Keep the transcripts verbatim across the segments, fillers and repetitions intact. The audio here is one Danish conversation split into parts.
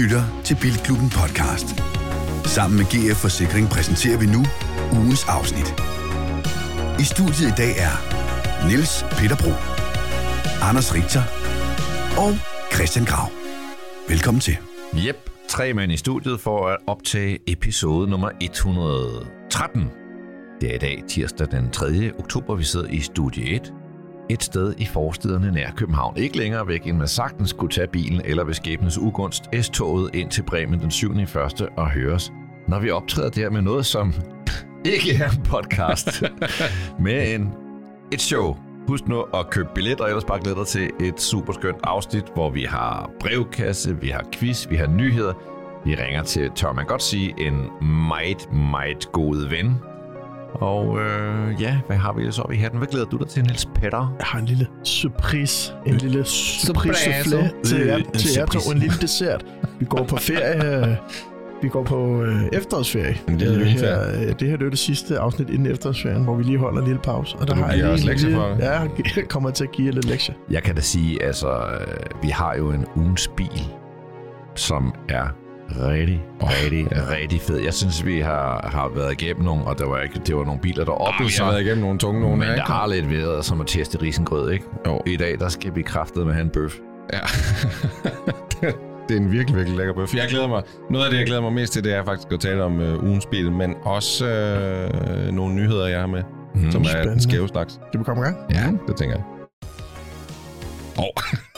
lytter til Bilklubben podcast. Sammen med G F Forsikring præsenterer vi nu ugens afsnit. I studiet i dag er Niels Peter Bro, Anders Richter og Christian Grav. Velkommen til. Jep, tre mænd i studiet for at optage episode nummer et hundrede og tretten. Det er i dag tirsdag den tredje oktober, vi sidder i studie et. Et sted i forstederne nær København. Ikke længere væk, end man sagtens skulle tage bilen eller ved skæbnens ugunst S-toget ind til Bremen den syvende første og høres, når vi optræder der med noget, som ikke er en podcast, med en, et show. Husk nu at købe billetter, ellers bare glæder til et superskønt afsnit, hvor vi har brevkasse, vi har quiz, vi har nyheder. Vi ringer til, tør man godt sige, en meget, meget god ven. Og øh, ja, hvad har vi så op i hatten? Hvad glæder du dig til, Niels Peter? Jeg har en lille surprise. En lille surprise soufflé til jer, til jer to. En lille dessert. Vi går på ferie. Vi går på øh, efterårsferie. En lille det, her, ferie. det her det er det sidste afsnit inden efterårsferien, hvor vi lige holder en lille pause. Og der du har jeg også lektier for Ja, jeg kommer til at give jer lidt lektier. Jeg kan da sige, altså, øh, vi har jo en ugens bil, som er rigtig, oh, rigtig, ja. rigtig fed. Jeg synes, vi har, har været igennem nogle, og der var ikke, det var nogle biler, der oplevede sig. Vi har været igennem nogle tunge nogle. Men der har lidt været som at teste risengrød, ikke? Jo. I dag, der skal vi kraftedeme med have en bøf. Ja. Det er en virkelig, virkelig lækker bøf. Jeg glæder mig. Noget af det, jeg glæder mig mest til, det er faktisk at tale om uh, ugens bil, men også uh, nogle nyheder, jeg har med, mm, som er en skæve slags. Skal vi komme i gang? Ja, det tænker jeg. Oh.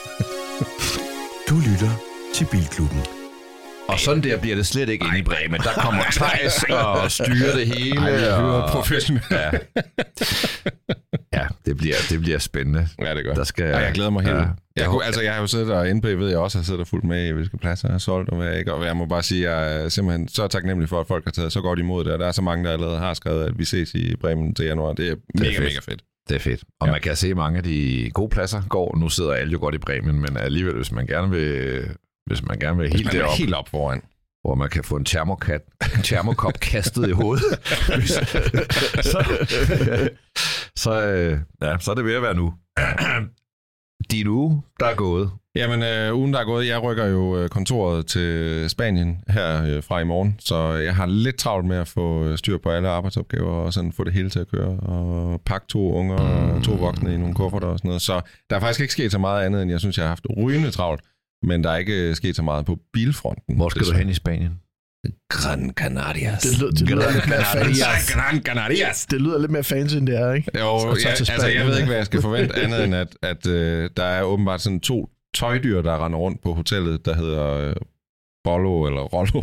Du lytter til Bilklubben. Og sådan der bliver det slet ikke inde i Bremen. Der kommer Thijs og styrer det hele. Ej, jeg hører og... professionelt. Ja, ja det, bliver, det bliver spændende. Ja, det gør. Der skal... ja, jeg glæder mig helt. Ja. Jeg, jeg, kunne, altså, jeg har jo siddet der, og N P ved jeg også har siddet der fuldt med i, hvilke pladser jeg har solgt, og hvad jeg ikke. Og jeg må bare sige, at jeg er simpelthen så taknemmelig for, at folk har taget så godt imod det. Og der er så mange, der allerede har skrevet, at vi ses i Bremen til januar. Det er, det er mega, fedt. mega fedt. Det er fedt. Og ja. Man kan se, at mange af de gode pladser går. Nu sidder alle jo godt i Bremen, men alligevel, hvis man gerne vil, hvis man gerne vil helt derop, helt op foran, hvor man kan få en termokat, termokop kastet i hovedet, så, så, ja, så er det ved at være nu. Din uge, der er gået. Jamen, øh, ugen, der er gået, jeg rykker jo kontoret til Spanien her øh, fra i morgen, så jeg har lidt travlt med at få styr på alle arbejdsopgaver og sådan få det hele til at køre, og pakke to unger og to voksne i nogle kufferter og sådan noget. Så der er faktisk ikke sket så meget andet, end jeg synes, jeg har haft rygende travlt. Men der er ikke sket så meget på bilfronten. Hvor skal du hen i Spanien? Gran Canarias. Det lyder, det lyder Gran lidt mere fancy. Gran Canarias. Det lyder lidt mere fancy, end det er, ikke? Jo, ja, altså jeg ved ikke, hvad jeg skal forvente andet end, at, at uh, der er åbenbart sådan to tøjdyr, der render rundt på hotellet, der hedder... Uh, Bollo eller Rollo.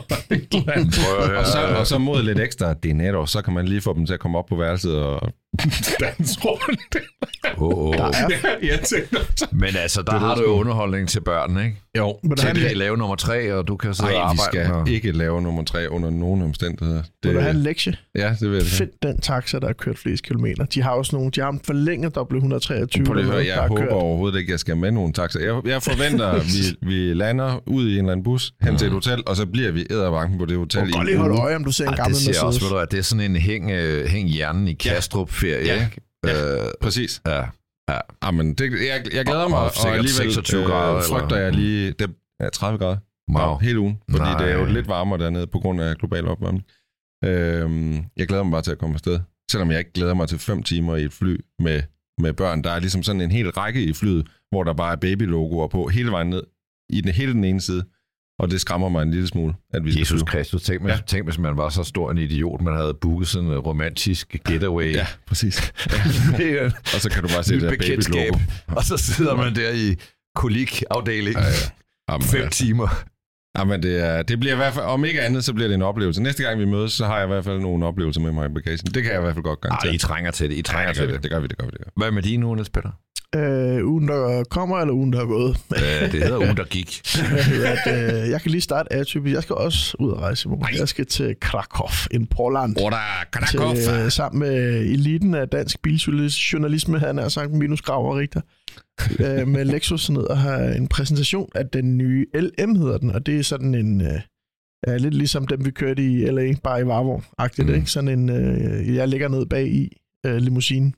og, så, og så mod lidt ekstra dinero, så kan man lige få dem til at komme op på værelset og danse rundt. Oh, oh. Jeg tænker, men altså, der det har du jo underholdning til børn, ikke? Jo. Så kan de lave nummer tre, og du kan sidde Ej, og arbejde. vi skal og... ikke lave nummer tre under nogen omstændigheder. Det... Vil du have en lektie? Ja, det vil jeg. Find den taxa, der har kørt flest kilometer. De har også nogle, de har en forlænget W et hundrede og treogtyve. Prøv lige at høre, jeg håber kørt. overhovedet ikke, at jeg skal med nogen taxa. Jeg, jeg forventer, at vi, vi lander ud i en eller anden bus, hen til et hotel, og så bliver vi edderbanken på det hotel. Du kan godt lige holde øje, om du ser en gammel Mercedes. Det ser også, ved du, at det er sådan en hæng, øh, hæng hjernen i Kastrup-ferie, ja. ikke? Ja, øh, præcis. Ja. Ja. Jamen, det, jeg, jeg glæder mig, og, og alligevel seksogtyve grader, øh, frygter jeg lige det, ja, tredive grader wow. hele ugen, fordi Nej. det er jo lidt varmere dernede på grund af global opvarmning. Øhm, jeg glæder mig bare til at komme afsted, selvom jeg ikke glæder mig til fem timer i et fly med, med børn. Der er ligesom sådan en hel række i flyet, hvor der bare er babylogoer på hele vejen ned i den, hele den ene side. Og det skræmmer mig en lille smule, at vi Jesus Kristus, tænk, ja. tænk hvis man var så stor en idiot, man havde booket sådan en romantisk getaway. Ja, præcis. Ja. Og så kan du bare se det der babylogo. Og så sidder man der i kolikafdeling ja, ja. Jamen, fem ja. timer. Jamen, det, er, det bliver i hvert fald, om ikke andet, så bliver det en oplevelse. Næste gang vi mødes, så har jeg i hvert fald nogle oplevelser med mig i bagagen. Det kan jeg i hvert fald godt garantere. Ej, I trænger til det. I trænger ja, til det. det. Det gør vi, det gør vi. Det gør. Hvad med dine ugen, Niels Peter? Øh, ugen, der kommer, eller ugen, der er gået? Øh, det hedder ugen, der gik. at, øh, jeg kan lige starte atypisk. Jeg skal også ud og rejse i morgen. Jeg skal til Krakow, in Poland. Krakow. Til, øh, sammen med eliten af dansk biljournalisme, han har sagt minus Grav og Richter. øh, med Lexus ned og har en præsentation af den nye L M, hedder den. Og det er sådan en... Øh, Ja, lidt ligesom dem, vi kørte i L A, bare i varevogn-agtigt, mm. ikke? Sådan en, øh, jeg ligger ned bag i øh, limousinen.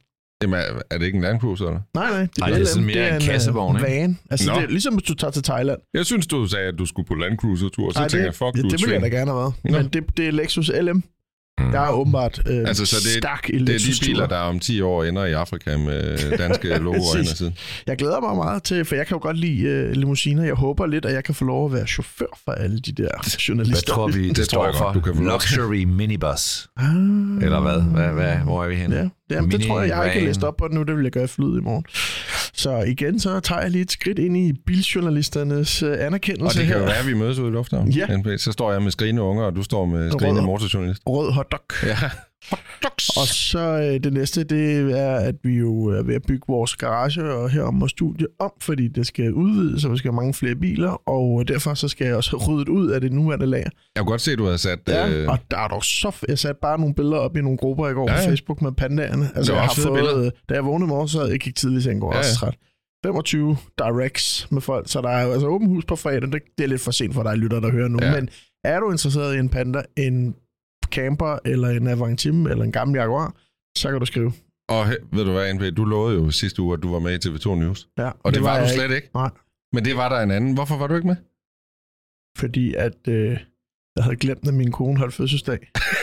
Jamen, er det ikke en Land Cruiser, eller? Nej, nej. Det, nej, det er sådan mere en, en kassevogn, ikke? Van. Altså, det er ligesom, hvis du tager til Thailand. Jeg synes, du sagde, at du skulle på Land Cruiser-tur, så nej, tænker jeg, fuck, ja, du det ville jeg da gerne have været. Nå. Men det, det er Lexus L M. Mm. Der er åbenbart øh, altså, så det, stak i det Lexus. er de biler, der om ti år ender i Afrika med danske logoer ind ad siden. Jeg glæder mig meget til, for jeg kan jo godt lide øh, limousiner. Jeg håber lidt, at jeg kan få lov at være chauffør for alle de der journalister. Hvad tror vi, det, det står for? Du kan få Luxury minibus. Ah. Eller hvad? hvad, hvad? Hvor er vi henne? Ja, det, det tror jeg, jeg har ikke læst op på det nu. Det vil jeg gøre flyet i morgen. Så igen, så tager jeg lige et skridt ind i biljournalisternes uh, anerkendelse. Og det kan her. jo være, at vi mødes ude i lufthavnen. Ja. Så står jeg med skrigende unger, og du står med skrigende motorjournalist. Rød hotdog. Ja. Og så øh, det næste, det er, at vi jo er ved at bygge vores garage og herom vores studie om, fordi det skal udvides, så vi skal have mange flere biler, og derfor så skal jeg også ryddet ud af det nuværende lager. Jeg kunne godt se, at du havde sat... Ja, øh... og der er dog så... F- jeg satte bare nogle billeder op i nogle grupper i går ja, ja. på Facebook med pandaerne. Altså, jeg har fået, billeder. Da jeg vågnede i morgen, så jeg gik tidligt, så jeg går ja, ja. også træt. femogtyve directs med folk, så der er jo altså åben hus på fredag. Det, det er lidt for sent for dig, lytter, der hører nu, ja. Men er du interesseret i en Panda, en camper, eller en Avantime, eller en gammel Jaguar, så kan du skrive. Og ved du hvad, N P, du lovede jo sidste uge, at du var med i T V to News. Ja, og det, det var, var du slet ikke. ikke. Nej. Men det var der en anden. Hvorfor var du ikke med? Fordi at øh, jeg havde glemt, at min kone holdt fødselsdag.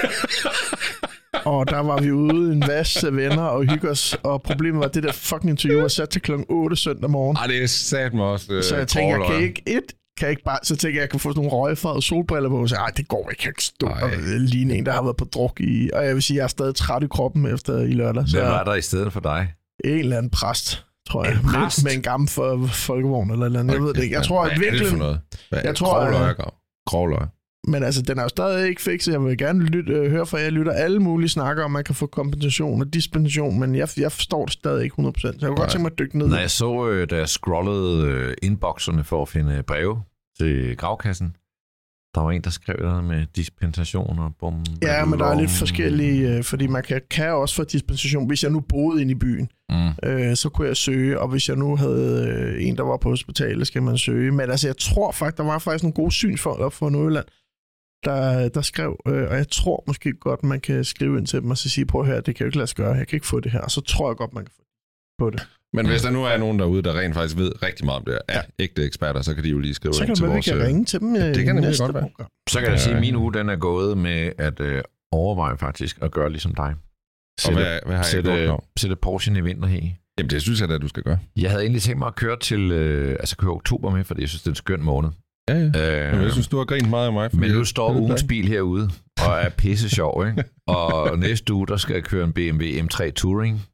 Og der var vi ude en vasse af venner og hygge os, og problemet var, at det der fucking interview var sat til klokken otte søndag morgen. Ej, det er sat mig også. Øh, så jeg tænker, jeg kan ikke et, kan jeg ikke bare, så tænker jeg, jeg kan få sådan nogle røgfarvede solbriller på, og så ej, det går ikke, jeg kan ikke stå og ligne en, der har været på druk i, og jeg vil sige, jeg er stadig træt i kroppen efter i lørdag. Hvem var der i stedet for dig? En eller anden præst, tror jeg. En præst? Med, med en gammel for, folkevogn eller noget andet, jeg ved det ikke. Jeg tror, at virkelig... Hvad er det for noget? Hvad er jeg tror, Grovløg, Grovløg. Men altså, den er jo stadig ikke fikset. Jeg vil gerne lytte, øh, høre fra jer. Jeg lytter alle mulige snakker om, man kan få kompensation og dispensation, men jeg, jeg forstår det stadig ikke hundrede procent. Så jeg kunne godt tænke mig at dykke ned. Når jeg så, øh, da jeg scrollede øh, inboxerne for at finde breve til gravkassen, der var en, der skrev noget med dispensation og bum. Ja, men der er lidt forskellige, øh, fordi man kan, kan også få dispensation. Hvis jeg nu boede inde i byen, mm. øh, så kunne jeg søge, og hvis jeg nu havde øh, en, der var på hospitalet, skal man søge. Men altså, jeg tror faktisk, der var faktisk nogle gode synsfolk op for Nordjylland, Der, der skrev, øh, og jeg tror måske godt, man kan skrive ind til dem og så sige, prøv at høre, det kan jeg ikke lade sig gøre, jeg kan ikke få det her, og så tror jeg godt, man kan få på det. Men hvis der nu er nogen derude, der rent faktisk ved rigtig meget om det, er ja. ægte eksperter, så kan de jo lige skrive så ind til vores... Så kan vi ringe til dem det kan næste godt være. program. Så kan jeg sige, at min uge den er gået med at øh, overveje faktisk at gøre ligesom dig. Sætte, og hvad, hvad har sætte, jeg gjort sætte Porsche i vinterhæ. Jamen det synes jeg da, du skal gøre. Jeg havde egentlig tænkt mig at køre til, øh, altså køre oktober med, fordi jeg synes, det er en skøn måned. Ja, ja. Øh, jeg synes, du har grint meget af mig. Men nu står ugens bil herude, og er pisse sjov, ikke? Og næste uge, der skal jeg køre en B M W M tre Touring.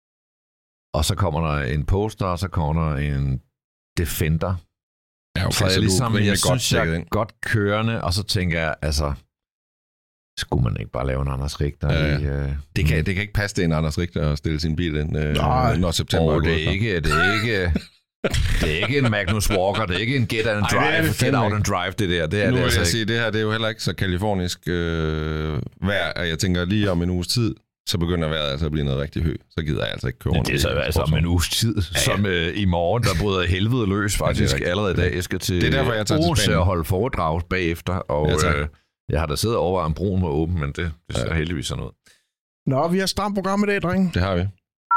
Og så kommer der en Poster, og så kommer der en Defender. Ja, okay, så jeg, så ligesom, jeg jeg godt synes, jeg er godt kørende, og så tænker jeg, altså, skulle man ikke bare lave en Anders Richter? Ja, i, øh, det, kan, det kan ikke passe, det en Anders Richter at stille sin bil ind, øh, når september er det er ikke, det er ikke... Det er ikke en Magnus Walker, det er ikke en Get, and drive, Ej, get Out and Drive, det der. Det er nu det vil altså jeg ikke. sige, det her det er jo heller ikke så kalifornisk øh, vejr, at jeg tænker lige om en uges tid, så begynder vejret altså at blive noget rigtig højt. Så gider jeg altså ikke køre rundt. Det er så altså om en uges tid, ja, ja. som øh, i morgen, der bryder helvede løs faktisk ja, allerede i dag. Jeg skal til det er derfor, jeg tager til Spanien og holde foredrag bagefter, og ja, øh, jeg har da siddet over, om broen var åben, men det, det ser ja. heldigvis sådan ud. Nå, vi har stramt program i dag, drenge. Det har vi.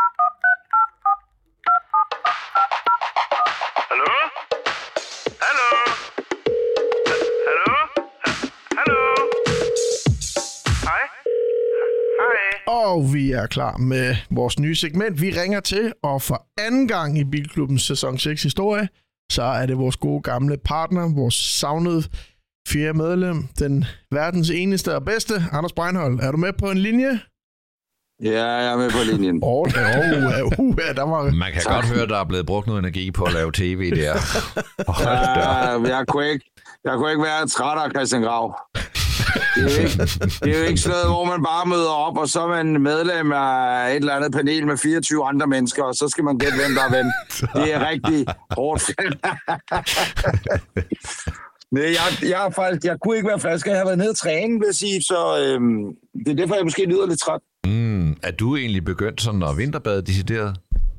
Og vi er klar med vores nye segment. Vi ringer til, og for anden gang i Bilklubbens sæson seks historie, så er det vores gode gamle partner, vores savnede fjerde medlem, den verdens eneste og bedste, Anders Breinholt. Er du med på en linje? Ja, jeg er med på linjen. Åh, oh, uh, uh, der var... Man kan tak. godt høre, at der er blevet brugt noget energi på at lave tv der. Oh, ja, jeg, kunne ikke, jeg kunne ikke være træt af Christian Grav. Det er, ikke, det er jo ikke sådan noget, hvor man bare møder op, og så er man medlem af et eller andet panel med fireogtyve andre mennesker, og så skal man gætte, hvem der er ven. Det er rigtig hårdt. Nej, jeg, jeg, faktisk, jeg kunne ikke være flasker. Jeg har været nede og træne, vil jeg sige, så øhm, det er derfor, jeg måske lyder lidt træt. Mm, er du egentlig begyndt sådan at vinterbade decideret?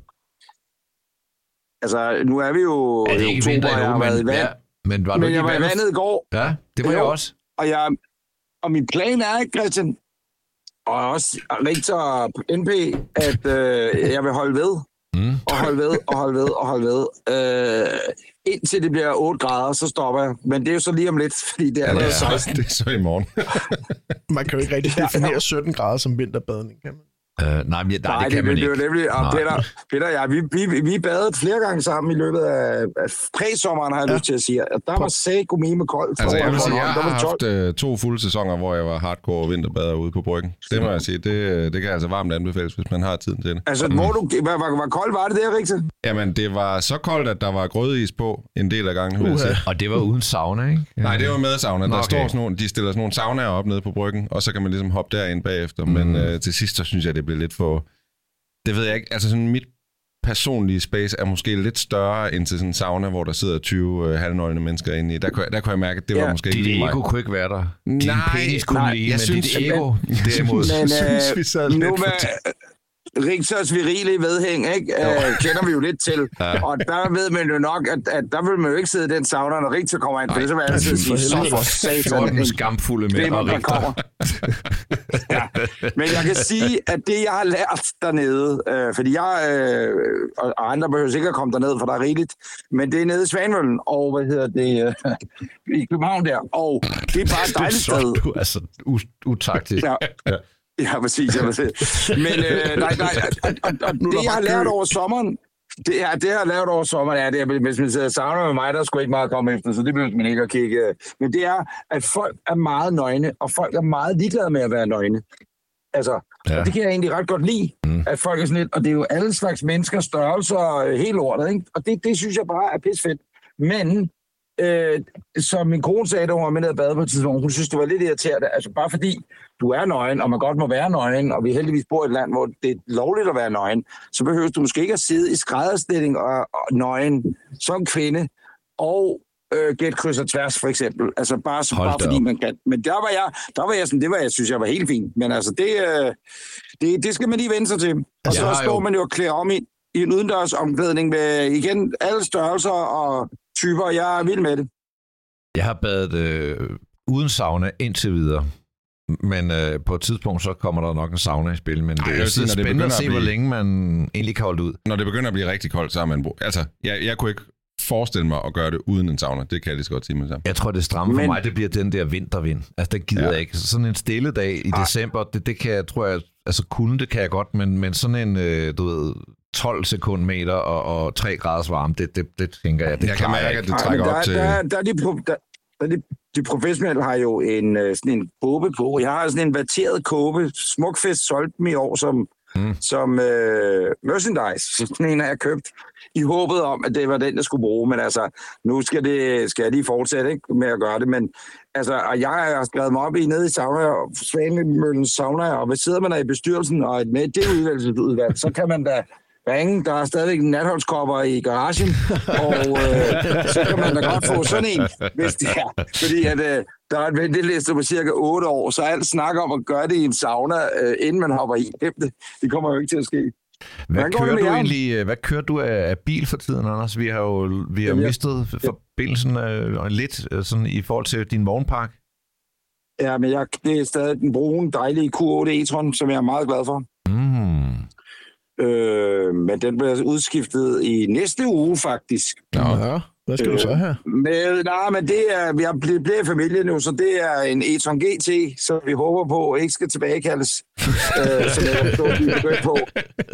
Altså, nu er vi jo er det ikke oktober, vinter jeg har været i vand. Ja, men var du men ikke jeg var i vandet i går. Ja, det var jeg også. Og, jeg, og min plan er, Christian, og også Richter N P, at øh, jeg vil holde ved, mm. og holde ved, og holde ved, og holde ved. Øh, indtil det bliver otte grader, så stopper jeg. Men det er jo så lige om lidt, fordi det er allerede Ja, seksten. det er så i morgen. Man kan jo ikke rigtig definere sytten grader som vinterbadning, kan man? Uh, nej, men, nej, Nej, det kan det, man det, ikke. det er jo nemlig, og Peter, Peter og jeg, vi, vi, vi badede flere gange sammen i løbet af, af præsommeren, har jeg ja. lyst til at sige. Der var sæt med koldt. Altså, jeg vil sige, jeg der har var haft øh, to fulde sæsoner, hvor jeg var hardcore vinterbader ude på Bryggen. Det må jeg sige, det, det kan altså varmt anbefales, hvis man har tiden til det. Altså, mm. hvor, du, hvor, hvor, hvor koldt var det der, Richter? Jamen, det var så koldt, at der var grødis på en del af gangen. Uh-huh. Og det var uden sauna, ikke? Nej, det var med sauna. Nå, der okay. står sådan nogle, de stiller sådan nogle saunaer op nede på Bryggen, og så kan man ligesom hoppe derind bagefter. Mm. Men øh, til sidst, så synes jeg, det blev lidt for... Det ved jeg ikke. Altså sådan mit personlige space er måske lidt større end til sådan en sauna, hvor der sidder tyve øh, halvnøgne mennesker inde i. Der kunne, der kunne jeg mærke, at det ja. var måske ikke dit lige ego mig. kunne ikke være der. Din Nej, penis kunne nej, lige, jeg men synes, dit ego derimod. Men, synes, vi sad lidt nu for med Richters virile vedhæng, ikke? Uh, kender vi jo lidt til. Ja. Og der ved man jo nok, at, at der vil man jo ikke sidde i den sauna, når Richter kommer ind, for det så vil jeg altid sige, så for satan. fjorten skamfulde mænd og Richter. Ja. Men jeg kan sige, at det, jeg har lært dernede, øh, fordi jeg øh, og andre behøver sikkert komme derned, for der er rigeligt, men det er nede i Svanmøllen, og hvad hedder det, øh, i København der, og det er bare et dejligt sted. Du er så utaktisk. Ja. Ja. Ja, præcis. Jeg Men øh, nej, nej, og, og, og det, jeg har lært over sommeren, det, er, det jeg har lært over sommeren, er, det er, hvis man sidder savner med mig, der skulle ikke meget komme efter, så det behøver man ikke at kigge. Men det er, at folk er meget nøgne, og folk er meget ligeglade med at være nøgne. Altså, ja. Og det kan jeg egentlig ret godt lide, mm. at folk er sådan lidt, og det er jo alle slags mennesker, størrelser, helt lortet, ikke? Og det, det synes jeg bare er pisfedt. Men Øh, som min kone sagde, da hun var med ned og bade på et tidspunkt, hun synes, det var lidt irriterende. Altså bare fordi du er nøgen, og man godt må være nøgen, og vi heldigvis bor i et land, hvor det er lovligt at være nøgen, så behøver du måske ikke at sidde i skrædderstilling og, og nøgen som kvinde, og øh, gæt kryds og tværs, for eksempel. Altså bare, så, bare fordi man kan. Men der var jeg, der var jeg sådan, det var jeg synes, jeg var helt fint. Men altså, det, øh, det, det skal man lige vende sig til. Og så står jo... man jo og klæder om i, i en udendørs omklædning med, igen, alle størrelser og typer. Jeg er vild med det. Jeg har badet øh, uden sauna indtil videre. Men øh, på et tidspunkt, så kommer der nok en sauna i spil. Men det er jo spændende at se, blive... hvor længe man egentlig kan holde ud. Når det begynder at blive rigtig koldt, så er man... Altså, jeg, jeg kunne ikke forestille mig at gøre det uden en sauna. Det kan jeg lige så godt sige med sammen. Jeg tror, det stramme men... for mig, det bliver den der vintervind. Altså, det gider ja. jeg ikke. Sådan en stille dag i Ej. december, det, det kan jeg, tror jeg... Altså, kunne det kan jeg godt, men, men sådan en, øh, du ved... tolv sekundmeter og, og tre graders varme, det, det, det tænker jeg, det jeg kan mærke, at det trækker der, op til... Der, der, de, der, der de, de professionelle har jo en, sådan en kåbe på. Jeg har sådan en vateret kåbe. Smukfest solgte dem i år som, mm. som øh, merchandise. Sådan en har jeg købt i håbet om, at det var den, jeg skulle bruge. Men altså, nu skal, det, skal jeg lige fortsætte ikke, med at gøre det. Men altså, og jeg har skrevet mig op i nede i sauna, Svanemøllens sauna, og hvad sidder man der i bestyrelsen og med det udvalgsudvalg, så kan man da ringe. Der er stadigvæk natholdskopper i garagen, og øh, så kan man da godt få sådan en, hvis det er. Fordi at, øh, der er en venteliste på cirka otte år, så alt snak om at gøre det i en sauna, øh, inden man hopper i. Det, det kommer jo ikke til at ske. Hvad kører du egentlig, hvad kører du af bil for tiden, Anders? Vi har jo vi har Jamen, mistet ja. forbindelsen øh, lidt sådan, i forhold til din vognpark. Ja, men jeg, det er stadig den brune, dejlige Q otte e-tron, som jeg er meget glad for. Mm. Øh, men den bliver udskiftet i næste uge, faktisk. Ja, hvad skal øh, du så have? Med, nej, men det er, vi har blivet i familie nu, så det er en e-tron G T, som vi håber på ikke skal tilbagekaldes, øh, som jeg forstår, vi er begyndt på.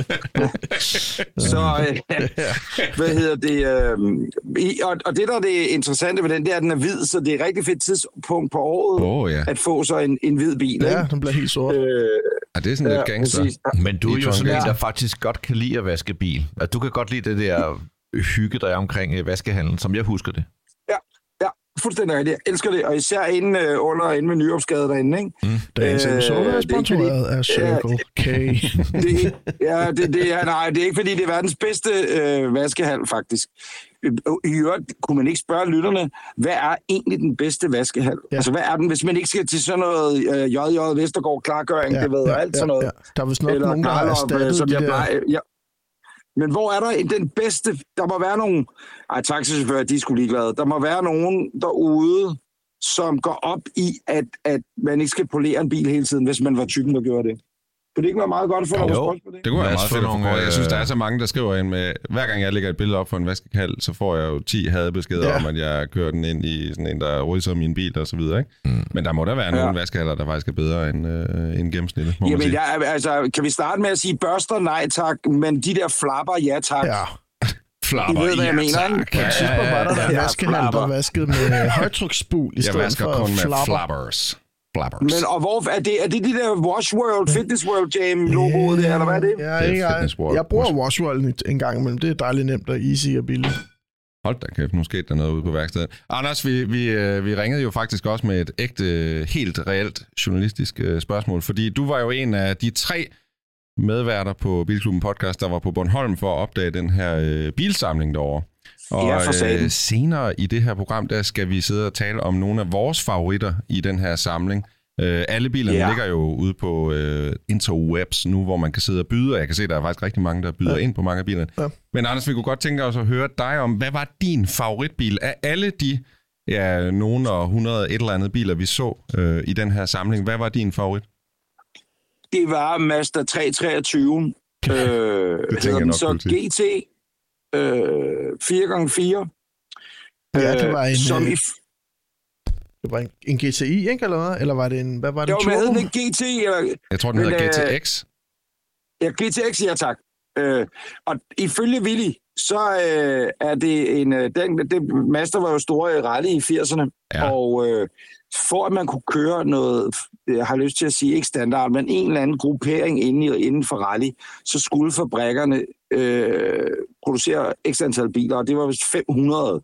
Så, øh, hvad hedder det? Øh, i, og, og det, der er det interessante ved den, det er, at den er hvid, så det er et rigtig fedt tidspunkt på året, oh, ja. at få så en, en hvid bil. Ja, ikke? Den bliver helt sort. Øh, Ja, det er sådan ja, lidt gangster. Præcis. Men du er jo sådan en, der faktisk godt kan lide at vaske bil. At du kan godt lide det der hygge, der er omkring vaskehandlen, som jeg husker det. Ja, ja, fuldstændig rigtigt. Jeg elsker det, og især inde øh, under inde med Nyopsgade derinde, ikke? Mm. Dagens episode er sponsoreret af Circle K. det, ja, det, det er, nej, det er ikke, fordi det er verdens bedste øh, vaskehal, faktisk. I øvrigt kunne man ikke spørge lytterne, hvad er egentlig den bedste vaskehal? Ja. Altså, hvad er den, hvis man ikke skal til sådan noget øh, J J Vestergaard klargøring, ja, det ved, ja, og alt ja, sådan noget. Ja. Der er vist nok Eller nogen, der har erstattet som de jeg der... plejer, ja. Men hvor er der den bedste? Der må være nogen... Ej, taxichauffører, de er sgu ligeglade. Der må være nogen derude, som går op i, at, at man ikke skal polere en bil hele tiden, hvis man var typen, der gjorde det. Kunne det ikke være meget godt at få nogle respons på det? Det kunne være meget fedt at få. Nogle, Jeg synes, der er så mange, der skriver ind med, hver gang jeg lægger et billede op for en vaskekald, så får jeg jo ti hadebeskeder ja. om, at jeg kører den ind i sådan en, der rydser min bil og så videre. Ikke? Mm. Men der må der være ja. nogle vaskehaller, der faktisk er bedre end, øh, end gennemsnittet. Jamen, jeg, altså, kan vi starte med at sige børster, nej tak, men de der flapper, ja tak. Ja. Flapper, I ved, hvad jeg ja, mener, tak. På et tidspunkt var der der Ja, vaskehal, flapper. der vaskede med højtryksspul i stedet for kun med flapper. flappers. Flappers. Men og hvor er det, er det de der Wash World, Fitness World Jam logoet der, eller hvad er det? Ja, Det er ikke, jeg, Fitness World. jeg bruger Wash World en, en gang imellem. Det er dejligt nemt og easy og billigt. Hold da kæft, nu skete der noget ude på værkstedet. Anders, vi, vi, vi ringede jo faktisk også med et ægte, helt reelt journalistisk spørgsmål, fordi du var jo en af de tre medværter på Bilklubben Podcast, der var på Bornholm for at opdage den her øh, bilsamling derovre. Og Ja, for satan. øh, senere i det her program, der skal vi sidde og tale om nogle af vores favoritter i den her samling. Øh, alle bilerne Ja. ligger jo ude på øh, interwebs nu, hvor man kan sidde og byde, og jeg kan se, at der er faktisk rigtig mange, der byder ja. ind på mange af bilerne. Ja. Men Anders, vi kunne godt tænke os at høre dig om, hvad var din favoritbil af alle de, ja, nogle og hundrede et eller andet biler, vi så øh, i den her samling? Hvad var din favorit? Det var Mazda tre treogtyve. Øh, hedder jeg den nok, så politik. G T øh, fire gange fire. Ja, det var en, som øh, i, det var en, en G T I, ikke, eller hvad? Eller var det en, hvad var det? jo, men hed Turbo? den ikke G T? Eller, Jeg tror, den Men, hedder øh, G T X. ja, G T X, ja tak. Øh, og ifølge Willy, så øh, er det en... Øh, den, den Mazda var jo store i rally i firserne, Ja. og øh, for at man kunne køre noget, jeg har lyst til at sige ikke standard, men en eller anden gruppering inden, i, inden for rally, så skulle fabrikkerne øh, producere x antal biler, og det var vist fem hundrede.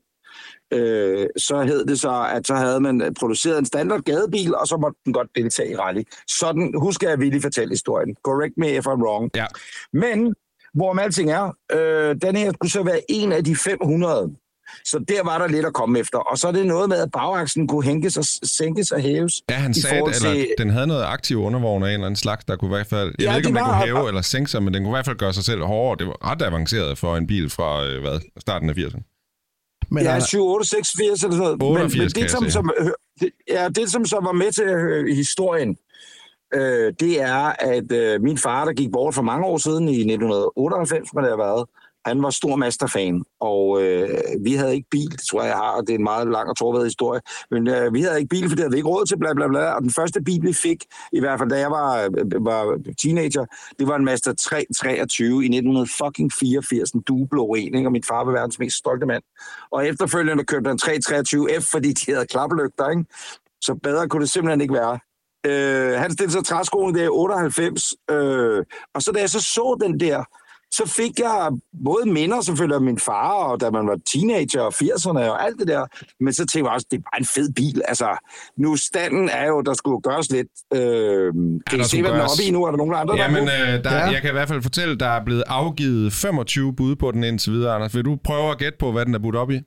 Øh, så hed det så, at så havde man produceret en standard gadebil, og så måtte den godt deltage i rally. Sådan husker jeg Willy fortælle historien. Correct me if I'm wrong. Ja. Men, hvorom alting er, øh, den her skulle så være en af de fem hundrede. Så der var der lidt at komme efter. Og så er det noget med, at bagaksen kunne hænkes og sænkes og hæves. Ja, han i sagde, forhold til... eller, til- den havde noget aktiv undervogn af en eller anden slags, der kunne i hvert fald... Jeg Ja, ved ikke, om det den var- kunne hæve eller sænke sig, men den kunne i hvert fald gøre sig selv hårdere. Det var ret avanceret for en bil fra, øh, hvad, starten af firserne. Men Ja, han, syv otte seksogfirs eller sådan noget. otteogfirs, men, men kan det, jeg som, se. som, hø- det, ja, det, som så var med til øh, historien, øh, det er, at øh, min far, der gik bort for mange år siden, i nitten otteoghalvfems, må det have været, han var stor Mazda-fan, og øh, vi havde ikke bil, det tror jeg, jeg har, og det er en meget lang og tårværet historie, men øh, vi havde ikke bil, for det havde vi ikke råd til, bla bla bla, og den første bil, vi fik, i hvert fald da jeg var, øh, var teenager, det var en Mazda tre treogtyve i nitten fireogfirs, en dueblå en, ikke? Og min far var verdens mest stolte mand. Og efterfølgende købte han tre treogtyve F, fordi de havde klaplygter, ikke? Så bedre kunne det simpelthen ikke være. Øh, han stillede sig træskoene der i otteoghalvfems, øh, og så da jeg så så den der, så fik jeg både minder selvfølgelig af min far, og da man var teenager og firserne og alt det der, men så tænkte jeg også, det er bare en fed bil. Altså, nu standen er jo, der skulle gøres lidt. Øh, kan der I se, skulle hvad den er gøres- oppe i nu? Er der nogen andre, der Jamen, er på? øh, der, Ja. jeg kan i hvert fald fortælle, der er blevet afgivet femogtyve bud på den indtil videre, Anders. Vil du prøve at gætte på, hvad den er budt op i?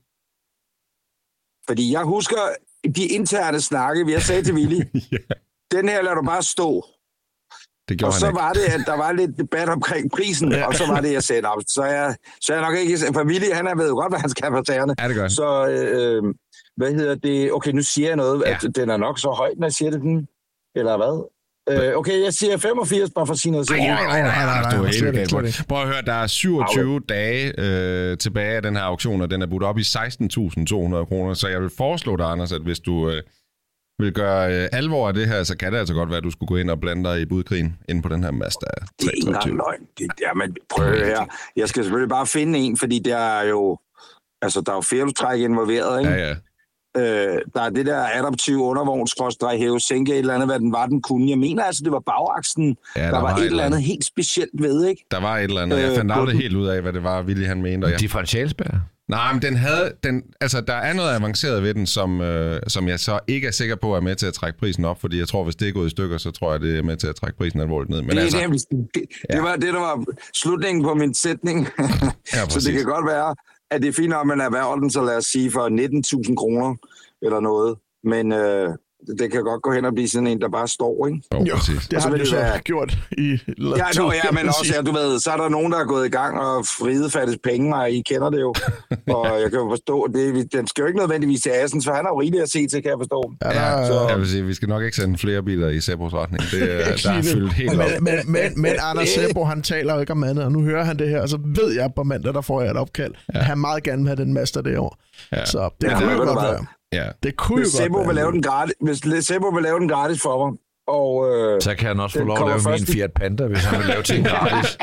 Fordi jeg husker de interne snakke, vi har sagt til Willy. Ja. Den her lader du bare stå. Det gjorde Og så han ikke. var det, at der var lidt debat omkring prisen, og så var det, jeg sagde op. Så jeg, så jeg nok ikke... For Willy, han er ved jo godt, hvad han skal for tagerne. Ja, det gør han. Så, øh, hvad hedder det? Okay, nu siger jeg noget, Ja. at den er nok så høj, når jeg siger det den. Eller hvad? Øh, okay, jeg siger femogfirs, bare for at sige noget. Nej, nej, nej, nej, nej, Anders, du er nej, helt slet ikke, galt på slet det. Prøv at høre, der er syvogtyve dage øh, tilbage af den her auktion, og den er budt op i seksten tusind to hundrede kroner. Så jeg vil foreslå dig, Anders, at hvis du øh, vil gøre øh, alvor af det her, så kan det altså godt være, at du skulle gå ind og blande dig i budkrigen inde på den her Mazda Det er tre ikke engang treogtyve. løgn. Det, jamen, prøv at høre her. Jeg skal selvfølgelig bare finde en, fordi der er jo... Altså, der er jo færdutræk involveret, ikke? Ja, ja. Øh, der er det der adaptive undervognsskrådstræk hæve sænke et eller andet, hvad den var, den kunne. Jeg mener altså, det var bagaksen, Ja, der, der var, var et eller andet helt specielt ved, ikke? Der var et eller andet. Jeg fandt Øh, aldrig på- helt ud af, hvad det var, Willy han mente. Og jeg... Differentialspærre. Nej, men den havde... Den, altså, der er noget avanceret ved den, som, øh, som jeg så ikke er sikker på er med til at trække prisen op, fordi jeg tror, hvis det er gået i stykker, så tror jeg, det er med til at trække prisen alvorligt ned. Men Det, altså, altså, det, det, det var det, der var slutningen på min sætning. ja, Så præcis. det kan godt være, at det er fint, at man erhverver den, så lad os sige for nitten tusind kroner eller noget. Men øh, det kan godt gå hen og blive sådan en, der bare står, ikke? Jo, Jo, præcis. det har vil du det så være- gjort i... Ja, nå, ja, men også, ja, du ved, så er der nogen, der er gået i gang og fridefattes penge, og I kender det jo. Og jeg kan jo forstå, det, den skal jo ikke nødvendigvis til Assens, for han har jo rigeligt at se til, kan jeg forstå. Ja, der, Ja, så- jeg vil sige, vi skal nok ikke sende flere biler i Sebos retning. Det, er- der er lige det. fyldt helt op. men, men, men, men Anders Sebro, han taler jo ikke om andet, og nu hører han det her, og så ved jeg på mandag, der får jeg et opkald, ja. at han meget gerne vil have den master derovre. Ja. Så det Ja, kunne ved jo du godt hvad? være. Ja. Det kunne Hvis jo godt Sebo være. vil lave den gratis, hvis Sebo vil lave den gratis for mig, og, øh, Så kan han også få Den lov at kommer lave min først i- Fiat Panda, hvis han vil lave ting gratis.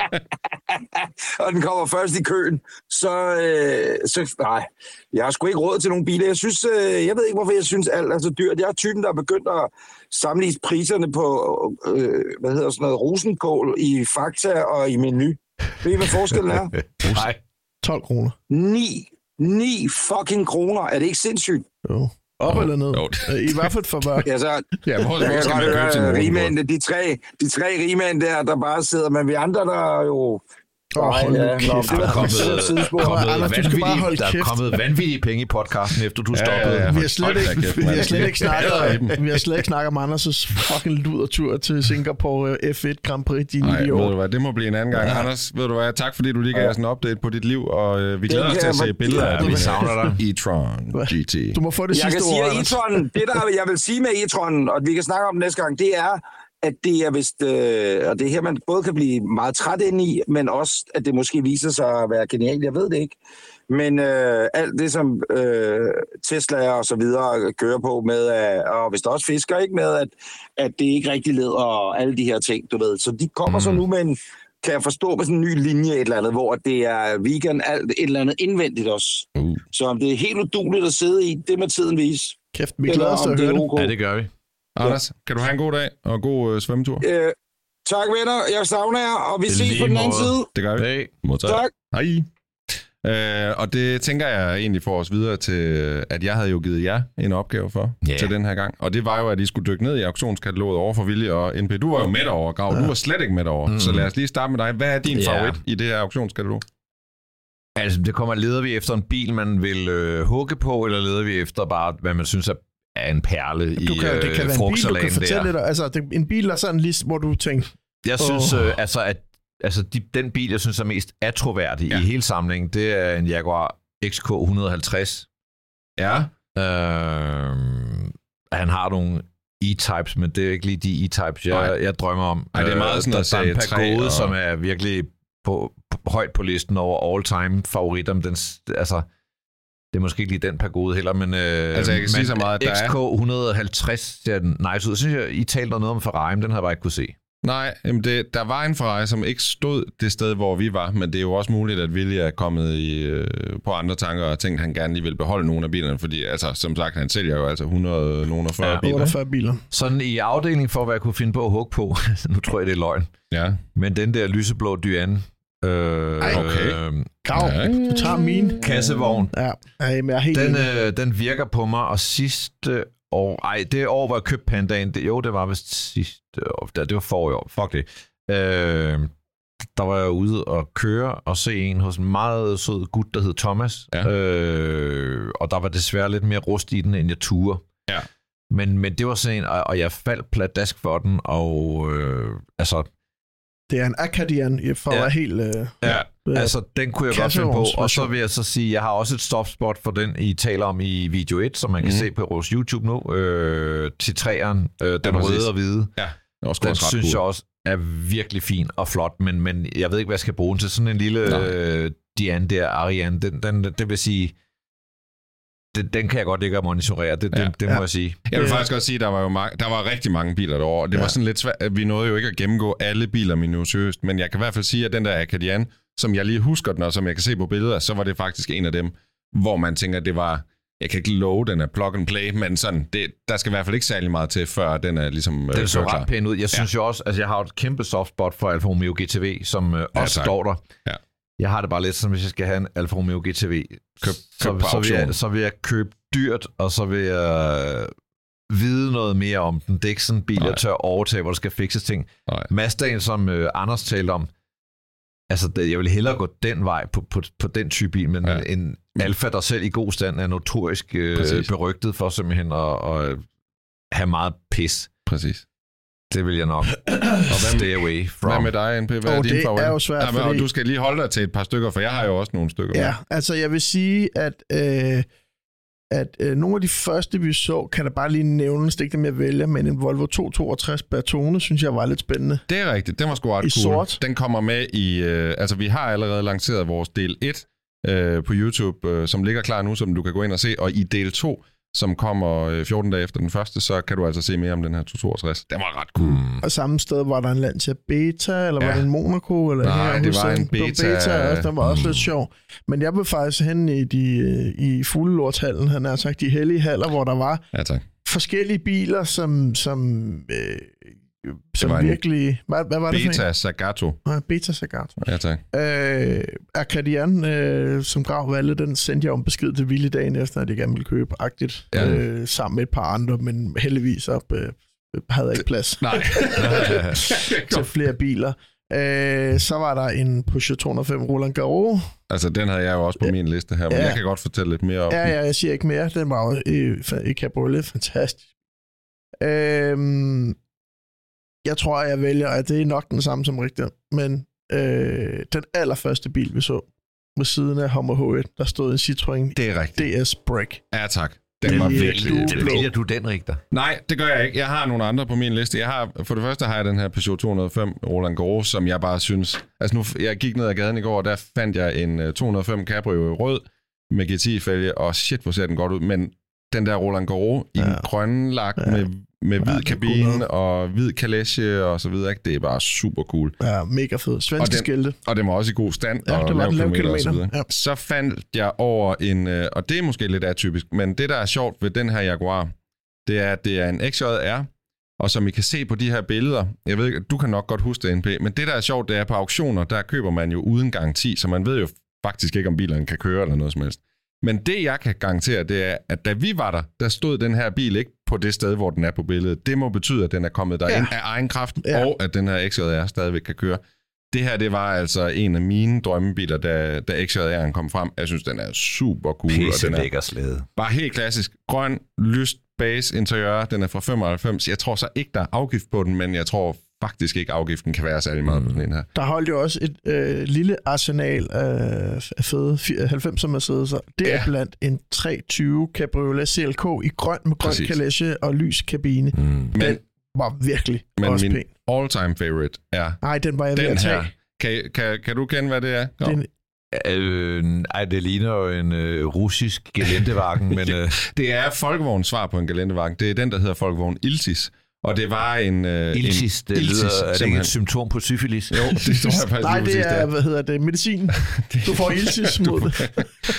og den kommer først i køen, så, øh, så nej, jeg har sgu ikke råd til nogle biler. Jeg synes, øh, jeg ved ikke, hvorfor jeg synes, alt er så dyrt. Jeg er typen, der er begyndt at sammenligne priserne på, øh, hvad hedder sådan noget, rosenkål i Fakta og i Menu. Ved I, hvad forskellen er? Nej. tolv kroner. ni, ni fucking kroner. Er det ikke sindssygt? Jo. Op Jo, eller ned. jo. Øh, I hvert fald for børn. Ja, så, Ja, hvor, jeg hvor kan skal godt man købe sin høre rosenkål? rigmændene, de tre, de tre rigmænd der, der bare sidder, men vi andre, der er jo... Åh, hold nu ja, kæft. nå, Der det er var kommet, kommet, sidespor. kommet, Anders, du skal bare holde vanvittige, der er kæft. kommet vanvittige penge i podcasten, efter du Ja, stoppede. ja, ja. Vi har slet Hold da ikke, kæft, vi har mand. slet ikke snakket, Jeg hader dem. vi har slet ikke snakket om Anders' fucking ludertur til Singapore øh, F et Grand Prix de Nej, ni ved år. du hvad, det må blive en anden gang. Ja. Anders, ved du hvad, tak fordi du lige gav os en update på dit liv, og øh, vi glæder Det os til kan at se jeg- billeder af Ja, vi din, savner øh, dig. e-tron G T. Du må få det Jeg sidste kan sige, ord, at Anders. e-tronen, det der jeg vil sige med e-tronen, og vi kan snakke om det næste gang, det er, at det er vist, øh, og det er her, man både kan blive meget træt ind i, men også, at det måske viser sig at være genialt, jeg ved det ikke. Men øh, alt det, som øh, Tesla og så videre kører på med, øh, og hvis der også fisker, ikke med, at, at det ikke rigtig leder og alle de her ting, du ved. Så de kommer mm. så nu med en, kan jeg forstå, med sådan en ny linje et eller andet, hvor det er vegan, alt et eller andet indvendigt også. Uh. Så om det er helt uduligt at sidde i, det må tiden vise. Kæft, vi Eller glæder os til om at det høre er det. ok. Ja, det gør vi. Anders, kan du have en god dag og god øh, svømmetur? Øh, tak venner, jeg savner jer, og vi I ses lige på den anden måde. side. Det gør vi. Hey. Modtaget. Tak. Hej. Øh, og det tænker jeg egentlig får os videre til, at jeg havde jo givet jer en opgave for Ja. til den her gang. Og det var jo, at I skulle dykke ned i auktionskataloget over for Vilje og N P. Du var jo med over, Grav. Du var slet ikke med over. Mm. Så lad os lige starte med dig. Hvad er din Ja. favorit i det her auktionskatalog? Altså, det kommer, leder vi efter en bil, man vil øh, hugge på, eller leder vi efter bare, hvad man synes er, er en perle Du i kan, det kan øh, være en bil, du kan frugtsalaten fortælle der? lidt. Altså, det, en bil er sådan lige, hvor du tænker, Jeg synes, øh, altså, at altså, de, den bil, jeg synes er mest attråværdig Ja. i hele samlingen, det er en Jaguar X K et hundrede og halvtreds. Ja. Øh, han har nogle E-Types, men det er ikke lige de E-Types, Nej. jeg, jeg drømmer om. Ej, det er meget Øh, sådan noget der, der er en Serie tre Pagode, og- som er virkelig på, på, højt på listen over all-time favoritter. Men den, altså, det er måske ikke lige den Pagode heller, men, øh, Altså, jeg kan men sige så meget, at der X K et hundrede og halvtreds ser den nice ud. Jeg synes, jeg, I talte noget om Ferrari, men den har jeg bare ikke kunne se. Nej, jamen det, der var en Ferrari, som ikke stod det sted, hvor vi var, men det er jo også muligt, at Vilje er kommet i, øh, på andre tanker og tænkt, at han gerne lige vil beholde nogle af bilerne, fordi altså, som sagt, han sælger jo altså hundrede og fyrre Ja. biler. otteogfyrre biler. Sådan i afdelingen for, hvad jeg kunne finde på at hugge på, nu tror jeg, det er løgn, Ja. men den der lyseblå Dyane, øh, Ej, okay. øh, Grav, Ja. du tager min. kassevogn, Ja, Ej, men jeg er helt den, enig. øh, den virker på mig, og sidste år, ej, det år, hvor jeg købte Pandaen, det, jo, det var vist sidste år, det var forrige år, fuck det. Øh, der var jeg ude og køre og se en hos en meget sød gut, der hed Thomas, Ja. øh, og der var desværre lidt mere rust i den, end jeg turde. Ja. Men, men det var sådan en, og, og jeg faldt pladask for den, og øh, altså, Det er en Acadian, for at Ja. være helt... Øh, ja, øh, altså, den kunne jeg godt finde på. kassevognsversion. Og så vil jeg så sige, jeg har også et soft spot for den, I taler om i video et, som man kan Mhm. se på vores YouTube nu. Øh, til træeren, øh, den præcis. røde og hvide. Ja, det er også Den også ret synes cool. jeg også er virkelig fin og flot, men, men jeg ved ikke, hvad jeg skal bruge den til. Sådan en lille Nej. øh, Diane der, Ariane, den, den, det vil sige, den, den kan jeg godt ikke monitorere, det, Ja. det, det Ja. må jeg sige. Jeg vil Det- faktisk også sige, at der var jo mange, der var rigtig mange biler derovre, og det Ja. var sådan lidt svært. Vi nåede jo ikke at gennemgå alle biler minutiøst, men jeg kan i hvert fald sige, at den der Acadian, som jeg lige husker den, og som jeg kan se på billeder, så var det faktisk en af dem, hvor man tænker, at det var, jeg kan ikke love, den er plug and play, men sådan, det, der skal i hvert fald ikke særlig meget til, før den er ligesom Den øh, så klar. ret pæn ud. Jeg synes ja. jo også, altså jeg har et kæmpe soft spot for Alfa Romeo G T V, som øh, Ja, også tak. står der. Ja. Jeg har det bare lidt som, hvis jeg skal have en Alfa Romeo G T V, Køb- så, køb på så, vil jeg, auktion. så vil jeg købe dyrt, og så vil jeg vide noget mere om den. Det er ikke sådan en bil, Nej. jeg tør overtage, hvor der skal fikses ting. Nej. Mazdaen, som øh, Anders talte om, altså det, jeg vil hellere gå den vej på, på, på den type bil, men Ja. ja. en Alfa, der selv i god stand er notorisk øh, Præcis. berygtet for simpelthen at, at have meget pis. Præcis. Det vil jeg nok stay away from. Hvad med dig, N P? Hvad oh, er din det favorit? er jo svært, ja, men, fordi... Og du skal lige holde dig til et par stykker, for jeg har jo også nogle stykker. Ja, altså jeg vil sige, at, øh, at øh, nogle af de første, vi så, kan der bare lige nævne, stik dem jeg vælger, men en Volvo to toogtres Bertone, synes jeg var lidt spændende. Det er rigtigt, den var sgu ret I cool. sort. Den kommer med i... Øh, altså, vi har allerede lanceret vores del et øh, på YouTube, øh, som ligger klar nu, som du kan gå ind og se, og i del to, som kommer fjorten dage efter den første, så kan du altså se mere om den her to toogtres. Den var ret cool. Mm. Og samme sted var der en Lancia Beta, eller ja. var det en Monaco? Eller Nej, her, det var en Beta. Beta. Beta også, den var også mm. lidt sjov. Men jeg blev faktisk hen i, de, i fuglelortshallen, han har sagt, de hellige haller, hvor der var ja, tak. forskellige biler, som, som, øh, som virkelig... Hvad, hvad var det Beta for en? Zagato. Nej, Beta Zagato. Ja, tak. Øh, Arcadian, øh, som Grav valgte, den sendte jeg om besked til Willy dagen efter, at jeg gerne ville købe agtigt, ja. øh, sammen med et par andre, men heldigvis op, øh, havde jeg ikke plads. Nej. til flere biler. Øh, så var der en Porsche to hundrede og fem Roland Garros. Altså, den havde jeg jo også på ja. min liste her, men ja. jeg kan godt fortælle lidt mere om ja, ja, jeg siger ikke mere. Den var jo i, i cabriolet. Fantastisk. Øh, jeg tror, jeg vælger, at det er nok den samme som rigtig, men øh, den allerførste bil, vi så ved siden af Hummer H et, der stod en Citroën det er rigtigt. D S Break. Ja, tak. Den var virkelig... Det vælger du den, Richter? Nej, det gør jeg ikke. Jeg har nogle andre på min liste. Jeg har, for det første har jeg den her Peugeot to hundrede og fem Roland Garros, som jeg bare synes... Altså nu, jeg gik ned ad gaden i går, og der fandt jeg en to hundrede og fem Cabrio i rød med G T I-fælge, og shit, hvor ser den godt ud. Men den der Roland Garros ja. i en grønne lak ja. med, med hvid kabine og hvid kalesje og så videre, ikke? Det er bare super cool. Ja, mega fed. Svenske skilte. Og den var også i god stand ja, og det var lav kilometer, kilometer og så videre. Ja. Så fandt jeg over en, og det er måske lidt atypisk, men det der er sjovt ved den her Jaguar, det er, at det er en X J R, og som I kan se på de her billeder, jeg ved ikke, du kan nok godt huske det, N P, men det der er sjovt, det er på auktioner, der køber man jo uden garanti, så man ved jo faktisk ikke, om bilerne kan køre eller noget som helst. Men det, jeg kan garantere, det er, at da vi var der, der stod den her bil ikke på det sted, hvor den er på billedet. Det må betyde, at den er kommet derind ja. af egen kraft, ja. og at den her X J R stadigvæk kan køre. Det her, det var altså en af mine drømmebiler, da, da X J R'en kom frem. Jeg synes, den er super cool. Pisse og den er lækker slæde. Bare helt klassisk. Grøn, lyst, base interiør. Den er fra femoghalvfems. Jeg tror så ikke, der er afgift på den, men jeg tror faktisk ikke, afgiften kan være særlig meget mm. på sådan en her. Der holdt jo også et øh, lille arsenal af fede halvfemser Mercedes'er. Det ja. er blandt en tre tyve Cabriolet C L K i grøn med grøn kalesje og lys kabine. Mm. Den men, var virkelig men også min pæn. all-time favorite er Nej, den var jeg den ved at tage. Kan, kan, kan du kende, hvad det er? Den, Øh, ej, det ligner jo en øh, russisk gelendevagen, men... Øh... Det er Folkevogns svar på en gelendevagen. Det er den, der hedder Folkevogn Iltis. Og det var en... Øh, Iltis, en, det Iltis, lyder, er det ikke et symptom på syfilis? Jo, det tror jeg faktisk. Nej, det er, hvad hedder det, medicin. Du får Iltis mod det.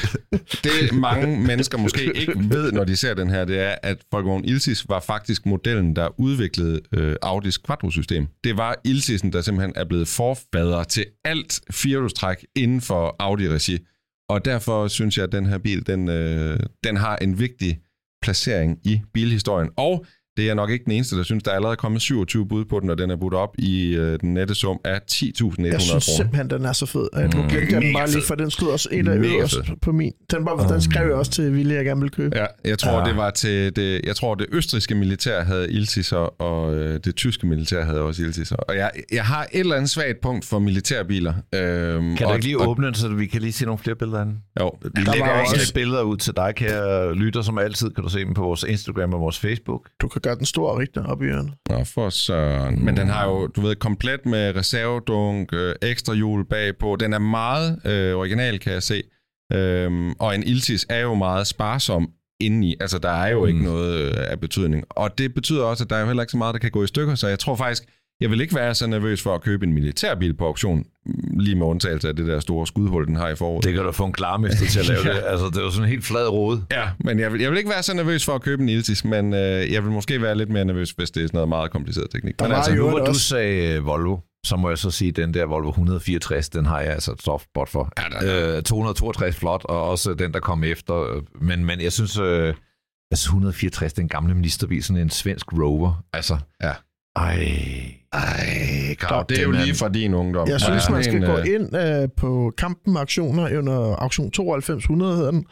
Det mange mennesker måske ikke ved, når de ser den her, det er, at Folkevogn Iltis var faktisk modellen, der udviklede øh, Audis Quattro-system. Det var Iltisen, der simpelthen er blevet forfader til alt firehjulstræk inden for Audi-regi. Og derfor synes jeg, at den her bil, den, øh, den har en vigtig placering i bilhistorien. Og det er nok ikke den eneste, der synes, der er allerede kommet syvogtyve bud på den, og den er budt op i øh, den nette sum af ti tusind et hundrede kroner. Jeg synes simpelthen, den er så fed. Jeg nu glemte jeg den bare lige, for den stod også et af øverst på min. Den, var, den skrev jeg også til Ville, jeg gerne ville købe. Ja, jeg tror, ja. det var til det, jeg tror, det østrigske militær havde Iltis'er, og øh, det tyske militær havde også Iltis'er. Og jeg, jeg har et eller andet svagt punkt for militærbiler. Øhm, kan du ikke lige åbne den, så vi kan lige se nogle flere billeder af den? Jo. Vi lægger også lidt billeder ud til dig, kære lytter, som altid kan du se dem på vores Instagram og vores Facebook. Du kan gøre den stor og rigtig op i hjørnet. Nå, for så... Men den har jo, du ved, komplet med reservedunk, øh, ekstra hjul bagpå. Den er meget øh, original, kan jeg se. Øhm, og en Iltis er jo meget sparsom indeni. Altså, der er jo mm. ikke noget øh, af betydning. Og det betyder også, at der er jo heller ikke så meget, der kan gå i stykker. Så jeg tror faktisk, jeg vil ikke være så nervøs for at købe en militærbil på auktion, lige med undtagelse af det der store skudhul, den har i foråret. Det kan du få en klarmester til at lave ja. det. Altså, det er jo sådan en helt flad rode. Ja, men jeg vil, jeg vil ikke være så nervøs for at købe en Iltis, men øh, jeg vil måske være lidt mere nervøs, hvis det er sådan noget meget kompliceret teknik. Men men altså, nu hvor du sagde Volvo, så må jeg så sige, at den der Volvo et hundrede og fireogtres, den har jeg altså et soft spot for. Ja, der, øh, to hundrede og toogtres flot, og også den, der kom efter. Men, men jeg synes, øh, altså et hundrede og fireogtres, den gamle ministerbil, sådan en svensk Rover. Altså, ja. Ej, ej, Grav, det er jo lige fra din ungdom. Jeg synes, ja, man skal en, gå ind uh, på Kampen Auktioner under auktion tooghalvfems hundrede hedder den,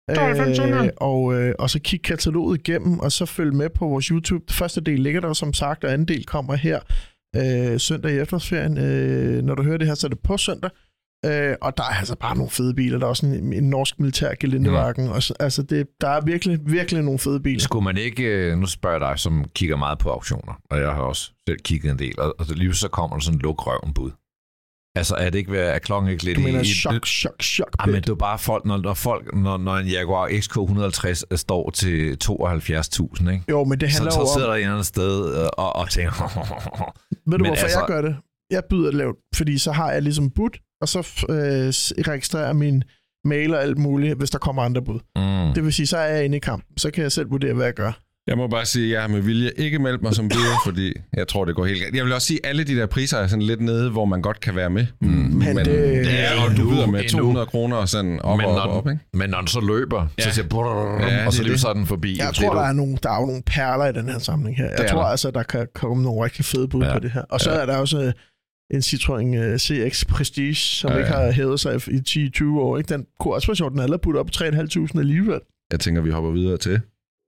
Øh, og, øh, og så kigge kataloget igennem, og så følge med på vores YouTube. Den første del ligger der som sagt, og anden del kommer her øh, søndag i efterårsferien. Øh, når du hører det her, så er det på søndag. Øh, og der er altså bare nogle fede biler. Der er også en, en norsk militær Gelindewagen. Ja. Og så, altså det, der er virkelig, virkelig nogle fede biler. Skulle man ikke, nu spørger jeg dig, som kigger meget på auktioner, og jeg har også selv kigget en del, og, og lige så kommer der sådan en luk-røven bud. Altså er det ikke ved, at klokken ikke lidt du mener i... chok, chok, chok. Ja, men det er bare folk, når, når, folk, når, når en Jaguar X K et hundrede og halvtreds står til tooghalvfjerds tusind, ikke? Jo, men det handler så, jo så sidder om... der et eller andet sted og, og tænker... Ved du, hvorfor altså... jeg gør det? Jeg byder lavt, fordi så har jeg ligesom bud, og så øh, registrerer min mail og alt muligt, hvis der kommer andre bud. Mm. Det vil sige, så er jeg inde i kampen. Så kan jeg selv vurdere, hvad jeg gør. Jeg må bare sige, at jeg har med vilje ikke meldt mig som byder, fordi jeg tror, det går helt galt. Jeg vil også sige, at alle de der priser er sådan lidt nede, hvor man godt kan være med. Mm. Men, men det, det er jo, du byder med to hundrede kroner og sådan op men og når, op, op, ikke? Men når den så løber, ja. så siger brrr, ja, og så løber så den forbi. Jeg tror, der er, nogle, der er jo nogle perler i den her samling her. Jeg det tror der. altså, der kan komme nogle rigtig fede bud ja. på det her. Og så ja. er der også en Citroën C X Prestige, som ja, ja. ikke har hævet sig i ti til tyve år. Ikke? Den kunne også være sjovt, den er allerede puttet op på tre tusind fem hundrede alligevel. Jeg tænker, vi hopper videre til...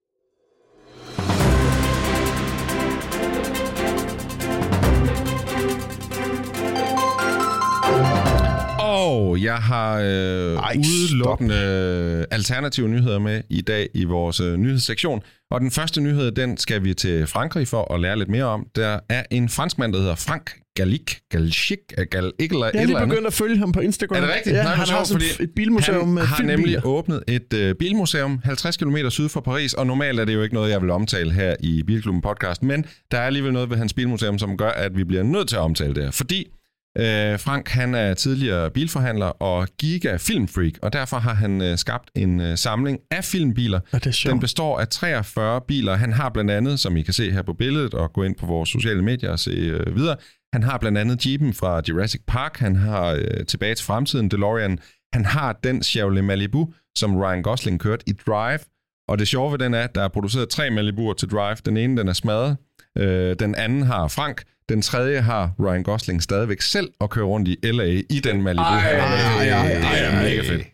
Og jeg har øh, Ej, udelukkende stop. alternative nyheder med i dag i vores øh, nyhedssektion. Og den første nyhed, den skal vi til Frankrig for at lære lidt mere om. Der er en franskmand, der hedder Frank Gallic, Galchic, Gal, ikke eller, jeg er lige begyndt at følge ham på Instagram. Er det rigtigt? Ja, Nej, han sjov, har sådan et bilmuseum med Han har filmbiler. nemlig åbnet et øh, bilmuseum halvtreds kilometer syd for Paris, og normalt er det jo ikke noget, jeg vil omtale her i Bilklubben podcast, men der er alligevel noget ved hans bilmuseum, som gør, at vi bliver nødt til at omtale det her, fordi Øh, Frank, han er tidligere bilforhandler og giga filmfreak, og derfor har han øh, skabt en øh, samling af filmbiler. Den består af treogfyrre biler. Han har blandt andet, som I kan se her på billedet, og gå ind på vores sociale medier og se øh, videre, han har blandt andet Jeepen fra Jurassic Park, han har øh, Tilbage til fremtiden, DeLorean, han har den Chevrolet Malibu, som Ryan Gosling kørte i Drive, og det sjove ved den er, at der er produceret tre Malibuer til Drive. Den ene, den er smadret, øh, den anden har Frank, den tredje har Ryan Gosling stadigvæk selv og kører rundt i L A i den Malibu. Ej, ej, ej, ej, det er mega fedt.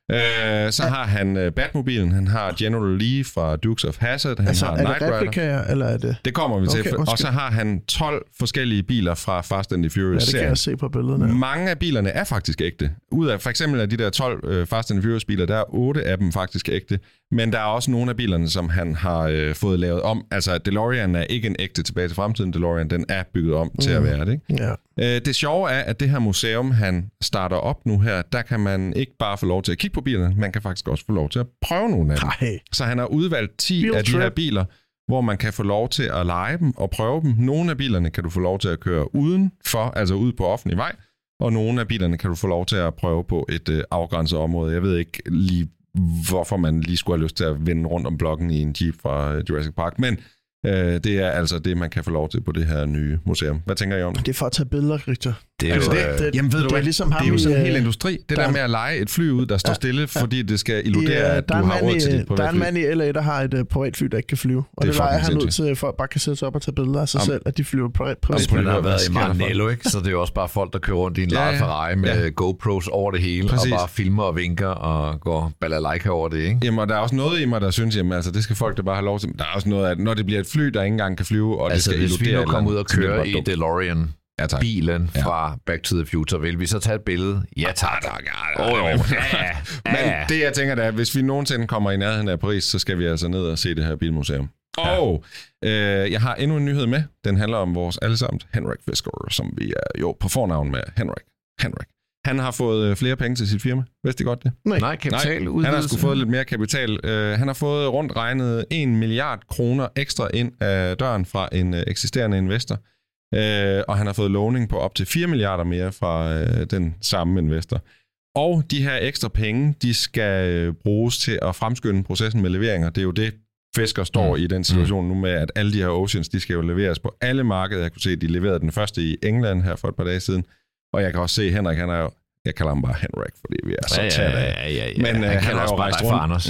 Øh, så har han uh, Batmobilen, han har General Lee fra Dukes of Hazzard, han altså, har Knight Rider. Replika, eller er det? Det kommer vi til. Okay, og så har han tolv forskellige biler fra Fast and the Furious serien. Ja, det kan jeg se på billederne. Mange af bilerne er faktisk ægte. Ud af for eksempel af de der tolv uh, Fast and the Furious biler, der er otte af dem faktisk ægte. Men der er også nogle af bilerne, som han har uh, fået lavet om. Altså, DeLorean er ikke en ægte Tilbage til fremtiden. DeLorean, den er bygget om mm. til at være det. Ikke? Ja. Uh, det sjove er, at det her museum, han starter op nu her, der kan man ikke bare få lov til at kigge på bilerne, man kan faktisk også få lov til at prøve nogle af dem. Nej. Så han har udvalgt ti Field af de trip. her biler, hvor man kan få lov til at lege dem og prøve dem. Nogle af bilerne kan du få lov til at køre udenfor, altså ude på offentlig vej, og nogle af bilerne kan du få lov til at prøve på et øh, afgrænset område. Jeg ved ikke lige, hvorfor man lige skulle have lyst til at vende rundt om blokken i en Jeep fra øh, Jurassic Park, men øh, det er altså det, man kan få lov til på det her nye museum. Hvad tænker I om det? Det er for at tage billeder, Richter. Det er jo, det, det, jamen ved du det, hvad, er ligesom det er jo sådan en i, hel industri. Det der, der med at lege et fly ud, der står ja, stille, ja. fordi det skal illudere, ja, at du har råd til dit privatfly. Der er en mand i L A, der har et uh, privatfly, der ikke kan flyve. Og det, det leger han ud til, at folk bare kan sætte sig op og tage billeder af sig Am, selv, at de flyver privat. Hvis man har været i Maranello, ikke? Så det er jo også bare folk, der kører rundt i en ja, lejet Ferrari med ja. GoPros over det hele, Præcis. og bare filmer og vinker og går balalaika over det, ikke? Jamen, og der er også noget i mig, der synes, jamen, altså, det skal folk der bare have lov til. Der er også noget af, når det bliver et fly, der ikke engang kan flyve, og altså, det skal illudere. Altså, hvis vi nu kommer ud og kører i DeLorean, ja, bilen ja. fra Back to the Future, vil vi så tage et billede? Ja, tak. Oh, oh. ja, Men det, jeg tænker, det er, hvis vi nogensinde kommer i nærheden af Paris, så skal vi altså ned og se det her bilmuseum. Ja. Og øh, jeg har endnu en nyhed med. Den handler om vores allesamt Henrik Fisker, som vi er jo på fornavn med Henrik. Henrik. Han har fået flere penge til sit firma. Vidste I godt det? Nej, Nej kapital. Nej. Han har sgu fået lidt mere kapital. Uh, han har fået rundt regnet en milliard kroner ekstra ind af døren fra en uh, eksisterende investor. Uh, og han har fået lovning på op til fire milliarder mere fra uh, den samme investor. Og de her ekstra penge, de skal uh, bruges til at fremskynde processen med leveringer. Det er jo det, Fisker står mm. i den situation mm. nu med, at alle de her Oceans, de skal jo leveres på alle markeder. Jeg kunne se, at de leverede den første i England her for et par dage siden. Og jeg kan også se, Henrik, han er jo, jeg kalder ham bare Henrik, fordi vi er så ja, tæt af. Ja, ja, ja. Men han, uh, han har jo rejst rundt.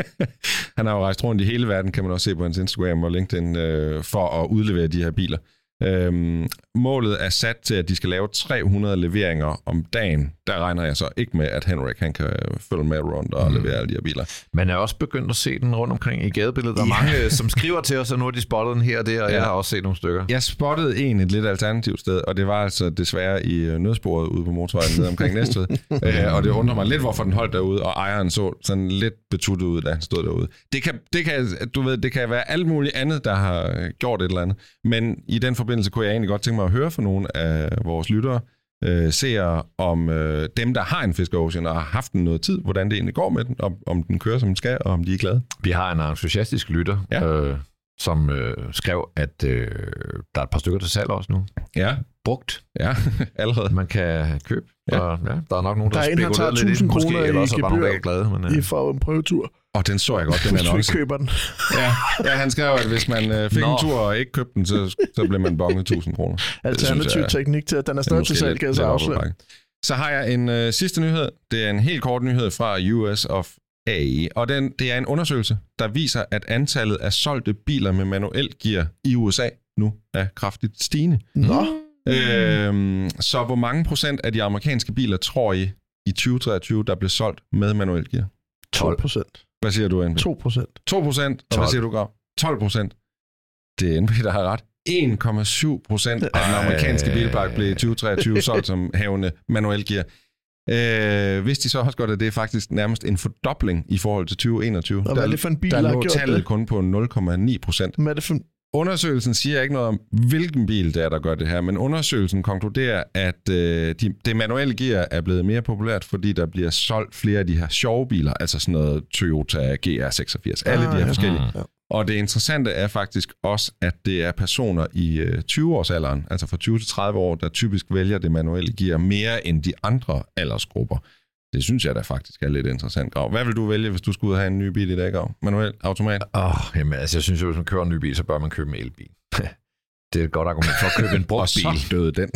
Han har jo rejst rundt i hele verden, kan man også se på hans Instagram og LinkedIn, uh, for at udlevere de her biler. Øhm, målet er sat til, at de skal lave tre hundrede leveringer om dagen. Der regner jeg så ikke med, at Henrik han kan følge med rundt og mm. levere alle de her biler. Man er også begyndt at se den rundt omkring i gadebilledet. Der er yeah. mange, som skriver til os, og nu har de spottet den her og der, og ja. jeg har også set nogle stykker. Jeg spottede en et lidt alternativt sted, og det var altså desværre i nødsporet ude på motorvejen nede omkring Næstved. øh, og det undrer mig lidt, hvorfor den holdt derude, og ejeren så sådan lidt betuttet ud, da han stod derude. Det kan, det kan, du ved, det kan være alt muligt andet, der har gjort et eller andet. Men i den forbindelse kunne jeg egentlig godt tænke mig at høre fra nogle af vores lyttere, øh, seere om øh, dem, der har en Fisker Ocean og har haft den noget tid, hvordan det egentlig går med den, om, om den kører, som den skal, og om de er glade. Vi har en entusiastisk lytter, ja. øh, som øh, skrev, at øh, der er et par stykker til salg også nu. Ja. Brugt. Ja, allerede. Man kan købe. Ja. Og, ja, der er nok nogen, der, der spekulerer lidt i den, måske, eller også er bare nogen, der er glade. Men, øh. I får en prøvetur. Og den så jeg godt, den annonce. Hvis vi køber den. ja, ja, han skrev, at hvis man øh, fik Nå. en tur og ikke købte den, så, så blev man bonget tusind kroner. Alternativ jeg, teknik til, at den er stadig til salg, kan jeg så afsløre. Så har jeg en øh, sidste nyhed. Det er en helt kort nyhed fra U S of A. Og den, det er en undersøgelse, der viser, at antallet af solgte biler med manuelt gear i U S A nu er kraftigt stigende. Nå. Øhm, så hvor mange procent af de amerikanske biler tror I i tyve treogtyve, der blev solgt med manuelt gear? tolv procent. Hvad siger du, N P? to procent. to procent. Og hvad siger du, Grav? tolv procent. Det er N P, der har ret. en komma syv procent af den amerikanske bilpark blev i tyve treogtyve solgt som havende manuelt gear. Øh, hvis de så også godt, at det er faktisk nærmest en fordobling i forhold til tyve enogtyve. Og hvad er det for en bil, der, der lå tallet kun på nul komma ni procent. Hvad er det for... Undersøgelsen siger ikke noget om, hvilken bil det er, der gør det her, men undersøgelsen konkluderer, at øh, de, det manuelle gear er blevet mere populært, fordi der bliver solgt flere af de her sjove biler, altså sådan noget Toyota G R seksogfirs, alle ah, de her ja. forskellige. Ja. Og det interessante er faktisk også, at det er personer i øh, tyve-årsalderen, altså fra tyve til tredive år, der typisk vælger det manuelle gear mere end de andre aldersgrupper. Det synes jeg da faktisk er lidt interessant, Grav. Hvad vil du vælge, hvis du skulle ud og have en ny bil i dag, Grav? Manuel, automat? Åh, oh, jamen altså, jeg synes jo, hvis man kører en ny bil, så bør man købe en elbil. Det er et godt argument for at købe en brugt bil. Og så døde den.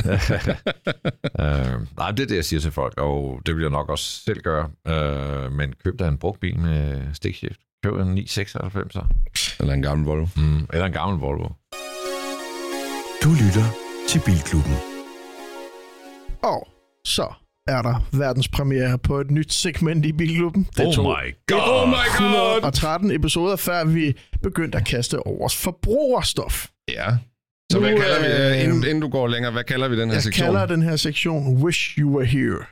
uh, nej, det er det, jeg siger til folk, og det vil jeg nok også selv gøre. Uh, men køb da en brugt bil med stikshift. Køb en ni seksoghalvfems. Eller en gammel Volvo. Mm, eller en gammel Volvo. Du lytter til Bilklubben. Og så er der verdenspremiere på et nyt segment i Bilklubben. Det oh tog my god! Oh my god! et hundrede og tretten episoder, før vi begyndte at kaste over forbrugerstof. Ja. Så nu, hvad kalder vi, øh, inden, inden du går længere, hvad kalder vi den her jeg sektion? Jeg kalder den her sektion Wish You Were Here.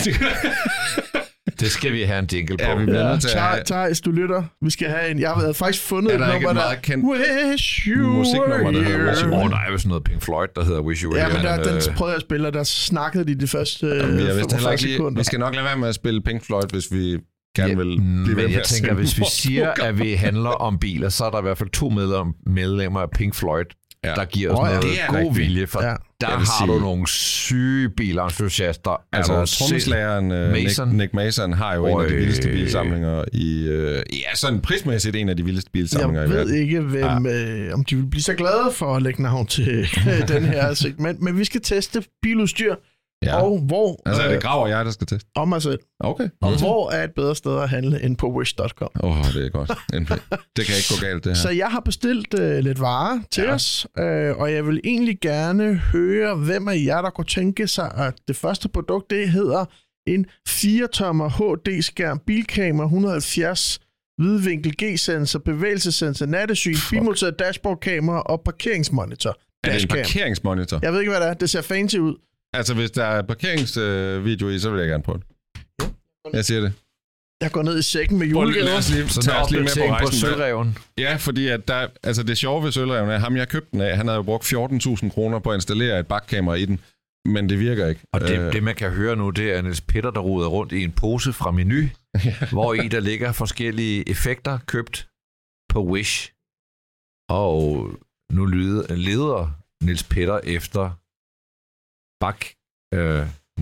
Det skal vi have en jingle på. Ja, vi bliver nødt til at have... Thijs, du lytter. Vi skal have en... Jeg har faktisk fundet et nummer, der... Kendt Wish You Were Here. Åh, oh, der er jo sådan noget Pink Floyd, der hedder Wish You Were Here. Ja, men der, den prøvede jeg at spille, og der snakkede de det første Jamen, jeg for, for sekunder. Vi skal nok lade være med at spille Pink Floyd, hvis vi gerne ja, vil blive men jeg tænker, hvis vi siger, at vi handler om biler, så er der i hvert fald to medlemmer af Pink Floyd, ja. der giver os oh, ja, noget god rigtigt. vilje, for ja. der har sige... du nogle syge bilentusiaster. Altså, trommeslageren Nick, Nick Mason har jo Øj. en af de vildeste bilsamlinger i... Øh, ja, sådan prismæssigt en af de vildeste bilsamlinger i verden. Jeg ved ikke, hvem, ja. øh, om de vil blive så glade for at lægge navn til den her segment, men vi skal teste biludstyr. Ja. Og hvor... Altså er det Grav og jeg, der skal teste? Om mig selv. Okay. Og mm. hvor er et bedre sted at handle end på wish punktum com? Åh, oh, det er godt. Det kan ikke gå galt, det her. Så jeg har bestilt øh, lidt varer til ja. os, øh, og jeg vil egentlig gerne høre, hvem af jer, der kunne tænke sig, at det første produkt, det hedder en fire tommer H D-skærm, bilkamera, et hundrede og halvfjerds, hvidvinkel G-sensor, bevægelsessensor, nattesyn, bilmonteret dashboardkamera og parkeringsmonitor. Er det en parkeringsmonitor? Jeg ved ikke, hvad det er. Det ser fancy ud. Altså, hvis der er parkeringsvideo i, så vil jeg gerne prøve det. Jeg siger det. Jeg går ned i sækken med julegaver. Lad os lige, så tage os lige med på rejsen. På Sølvreven. Ja, fordi at der, altså det sjove ved Sølvreven er, ham jeg købte den af, han havde jo brugt fjorten tusind kroner på at installere et bakkamera i den, men det virker ikke. Og det, det man kan høre nu, det er Niels Peter, der ruder rundt i en pose fra Menu, hvor i der ligger forskellige effekter købt på Wish. Og nu leder, leder Niels Peter efter bak øh,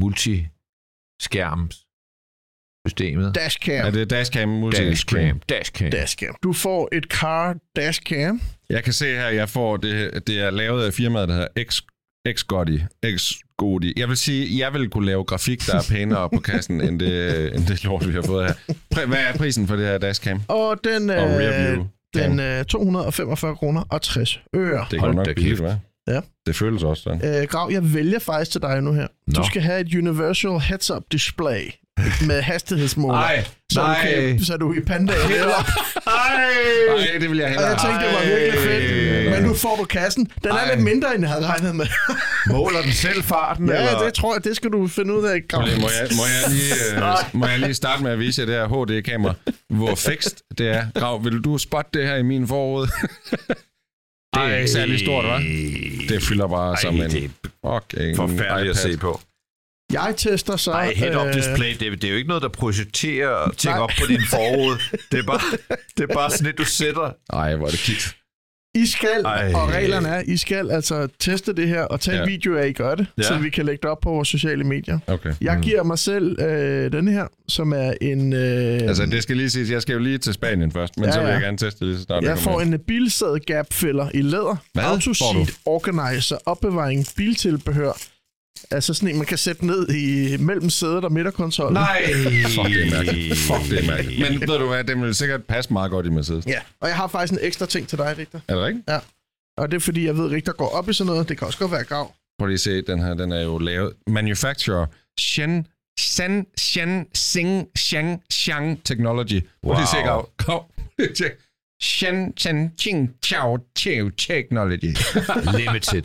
multiskærms systemet. Dashcam. Er det dashcam multi-screen? Dashcam. Dashcam. Du får et car dashcam. Jeg kan se her, jeg får det, det er lavet af firmaet, der hedder X, X-Godi. X-Godi. Jeg vil sige, jeg vil kunne lave grafik, der er pænere på kassen, end det, end det lort, vi har fået her. Hvad er prisen for det her dashcam? Og den er... Den er to hundrede og femogfyrre kroner og tres øre. Det går nok billigt, hva'? Ja. Det føles også sådan. Øh, Grav, jeg vælger faktisk til dig nu her. Nå. Du skal have et Universal Heads-Up Display med hastighedsmåler. Nej, så nej. Du kan, så du i pandaen eller... Nej, det vil jeg Og hellere. jeg tænkte, det var virkelig fedt. Ej. Men nu får du kassen. Den er Ej. lidt mindre, end jeg havde regnet med. Måler den selv farten? Ja, eller? det tror jeg, det skal du finde ud af. Grav. Må jeg, må, jeg lige, øh, må jeg lige starte med at vise jer det her H D-kamera, hvor fikst det er. Grav, vil du spotte det her i min forråd? Det er ikke særlig stort, hva'? Det fylder bare Ej, som en det er fucking forfærdeligt at se på. Jeg tester så... Nej, head-up øh, display, det, er- det er jo ikke noget, der projicerer ting Nej. op på din forrude. Det er bare, det er bare sådan et, du sætter. Ej, hvor er det kidt. I skal, Ej. og reglerne er, I skal altså teste det her og tage Ja. en video af, at I gør det, Ja. så vi kan lægge det op på vores sociale medier. Okay. Jeg giver mig selv øh, denne her, som er en... Øh, Altså, det skal lige siges, jeg skal jo lige til Spanien først, men Ja, så vil ja. jeg gerne teste det lige så snart. jeg jeg får kommer en bilsæde gap-filler i læder, Hvad får autoseat organizer, opbevaring, biltilbehør. Altså sådan en, man kan sætte ned i mellem sædet og midterkonsollen. Nej! Fuck, det er mærkeligt. Fuck, det er mærkeligt. Men ved du hvad, den vil sikkert passe meget godt i Mercedes. Ja, og jeg har faktisk en ekstra ting til dig, Richter. Er det rigtigt? Og det er fordi, jeg ved, Richter går op i sådan noget. Det kan også godt være Grav. Prøv lige at se, den her, den er jo lavet. Manufacturer, Shen, San, Shen, Sing, Shang, Shang Technology. Prøv lige at se, Grav. Grav. Tjek. Shen, Shen, Ching, Chao, Cheo Technology. Limited.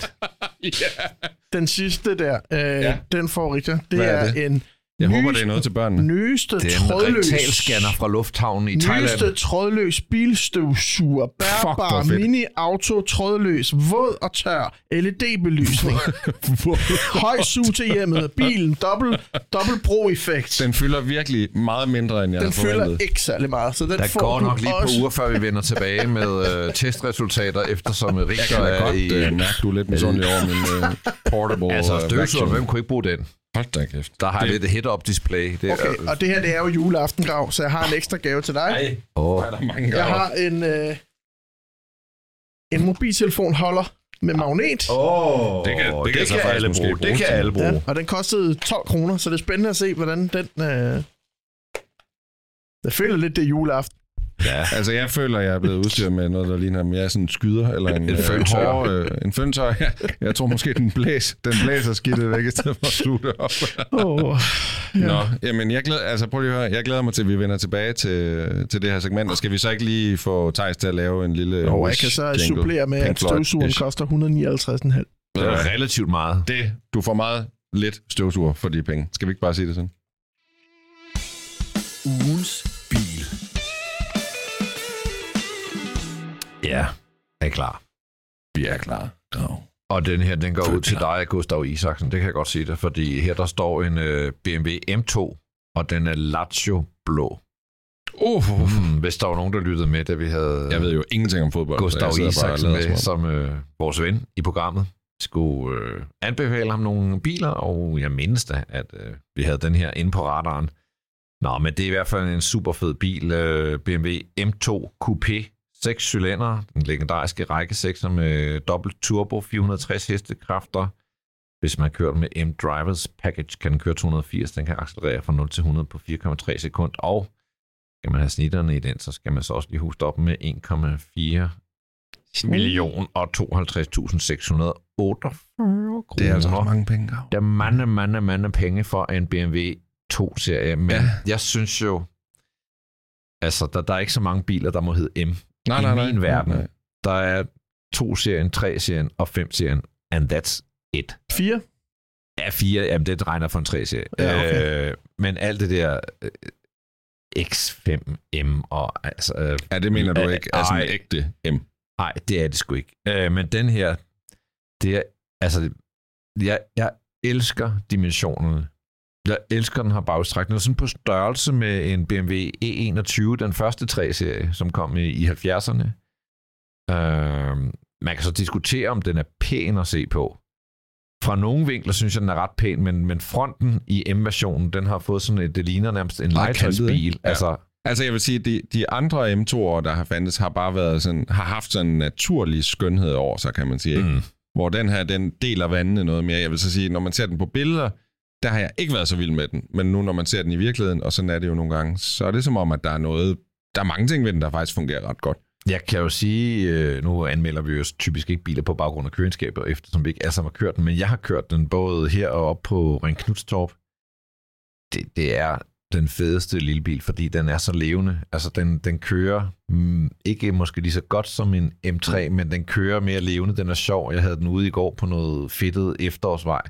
Den sidste der, øh, Ja. ja. den får Richter. Det Hvad er er, det? en Jeg håber, nyeste- det er noget til børnene. nyeste Det er en trådløs... rektalscanner fra lufthavnen i Thailand. Nyeste trådløs bilstøvsuger, bærbar, hvor fedt. mini-auto, trådløs, våd og tør, L E D-belysning, høj sug til hjemmet, bilen, dobbelt, dobbelt bro-effekt. Den, Den fylder virkelig meget mindre, end jeg den havde fylder forventet. ikke særlig meget, så den Der får går du nok lige et også. par uger, før vi vender tilbage med øh, testresultater, eftersom Jeg Richter kan da er godt i... øh, mærke, du er lidt misundelig over min øh, portable Altså, øh, støvsuger, vacuum. hvem kunne ikke bruge den? Hold da kæft. Der har jeg lidt head-up display. Det er, Okay, og det her det er jo juleaftengrav, så jeg har en ekstra gave til dig. Ej, Åh, er der mange Jeg gaver. har en, øh, en mobiltelefonholder med magnet. oh, Det kan- det kan det så kan faktisk alle måske bruge. Det bruges kan til. alle bruge. Ja, og den kostede tolv kroner, så det er spændende at se, hvordan den... Øh... Jeg føler lidt, det er juleaften. Ja. Altså, jeg føler, jeg er blevet udstyret med noget, der ligner mere sådan en skyder, eller en, En øh, føntør. hård, øh, en føntør. Ja. Jeg tror måske, den, blæs, den blæser skidtet væk, i stedet for at sluge det op. Oh, Ja. Nå, jamen, jeg glæder, altså, prøv lige at høre. Jeg glæder mig til, at vi vender tilbage til, til det her segment. Og skal vi så ikke lige få Theis til at lave en lille... og jeg Wish kan så jingle? supplere med, Pink at støvsugeren Floyd-ish. koster et hundrede og nioghalvtreds komma fem. Det er relativt meget. Det, du får meget lidt støvsuger for de penge. Skal vi ikke bare sige det sådan? Ugens bil. Ja, er klar. Vi er klar. Grav. Og den her, den går ud til dig, Gustav Isaksen. Det kan jeg godt sige dig, fordi her der står en øh, B M W M to, og den er Lazio blå. Uh, Hmm, hvis der var nogen, der lyttede med, da vi havde jeg ved jo ingenting om fodbold. så Gustav jeg sidder bare og Isaksen lader med som om. som øh, vores ven i programmet, skulle øh, anbefale ham nogle biler, og jeg mindes da, at øh, vi havde den her inde på radaren. Nå, men det er i hvert fald en super fed bil. Øh, B M W M to Coupé, seks cylinder, den legendariske rækkesekser med dobbelt turbo, fire hundrede og tres hestekræfter. Hvis man kører med M-Drivers Package, kan den køre to hundrede og firs. Den kan accelerere fra nul til hundrede på fire komma tre sekunder. Og skal man have snitterne i den, så skal man så også lige huske op med en komma fire million og tooghalvtreds tusind seks hundrede og otteogfyrre kroner. Det er altså også mange penge, Grav. Der er mange, mange, mange penge for en B M W to-serie. Men Ja. ja. jeg synes jo, altså, der, der er ikke så mange biler, der må hedde M. Nej, I nej, nej. min verden. Nej. Der er to-serien, tre-serien og fem-serien, and that's it. Fire? Ja, fire, jamen det regner for en tre-serie. Ja, okay. øh, men alt det der øh, X fem M og altså... Øh, Ja, det mener du øh, ikke er sådan ej. ægte M. Nej, det er det sgu ikke. Øh, men den her, det er, altså, jeg, jeg elsker dimensionerne. Jeg elsker den her bagstrækning. Den er sådan på størrelse med en B M W E enogtyve, den første tre-serie, som kom i, i halvfjerdserne. Øh, man kan så diskutere, om den er pæn at se på. Fra nogle vinkler synes jeg, den er ret pæn, men, men fronten i M-versionen, den har fået sådan et, det ligner nærmest en Meget legetøjsbil. kantet, ja. Altså, Altså, jeg vil sige, at de, de andre M to'er, der har fandtes, har bare været sådan, har haft sådan en naturlig skønhed over sig, kan man sige. Ikke? mm. Hvor den her, den deler vandene noget mere. Jeg vil så sige, når man ser den på billeder, der har jeg ikke været så vild med den. Men nu, når man ser den i virkeligheden, og sådan er det jo nogle gange, så er det som om, at der er noget, der er mange ting ved den, der faktisk fungerer ret godt. Jeg kan jo sige, nu anmelder vi jo typisk ikke biler på baggrund af køreegenskaber, eftersom vi ikke alle sammen har kørt den, men jeg har kørt den både her og op på Ring Knudstorp. Det, det er den fedeste lille bil, fordi den er så levende. Altså, den, den kører mm, ikke måske lige så godt som en M tre, men den kører mere levende. Den er sjov. Jeg havde den ude i går på noget fedtet efterårsvej.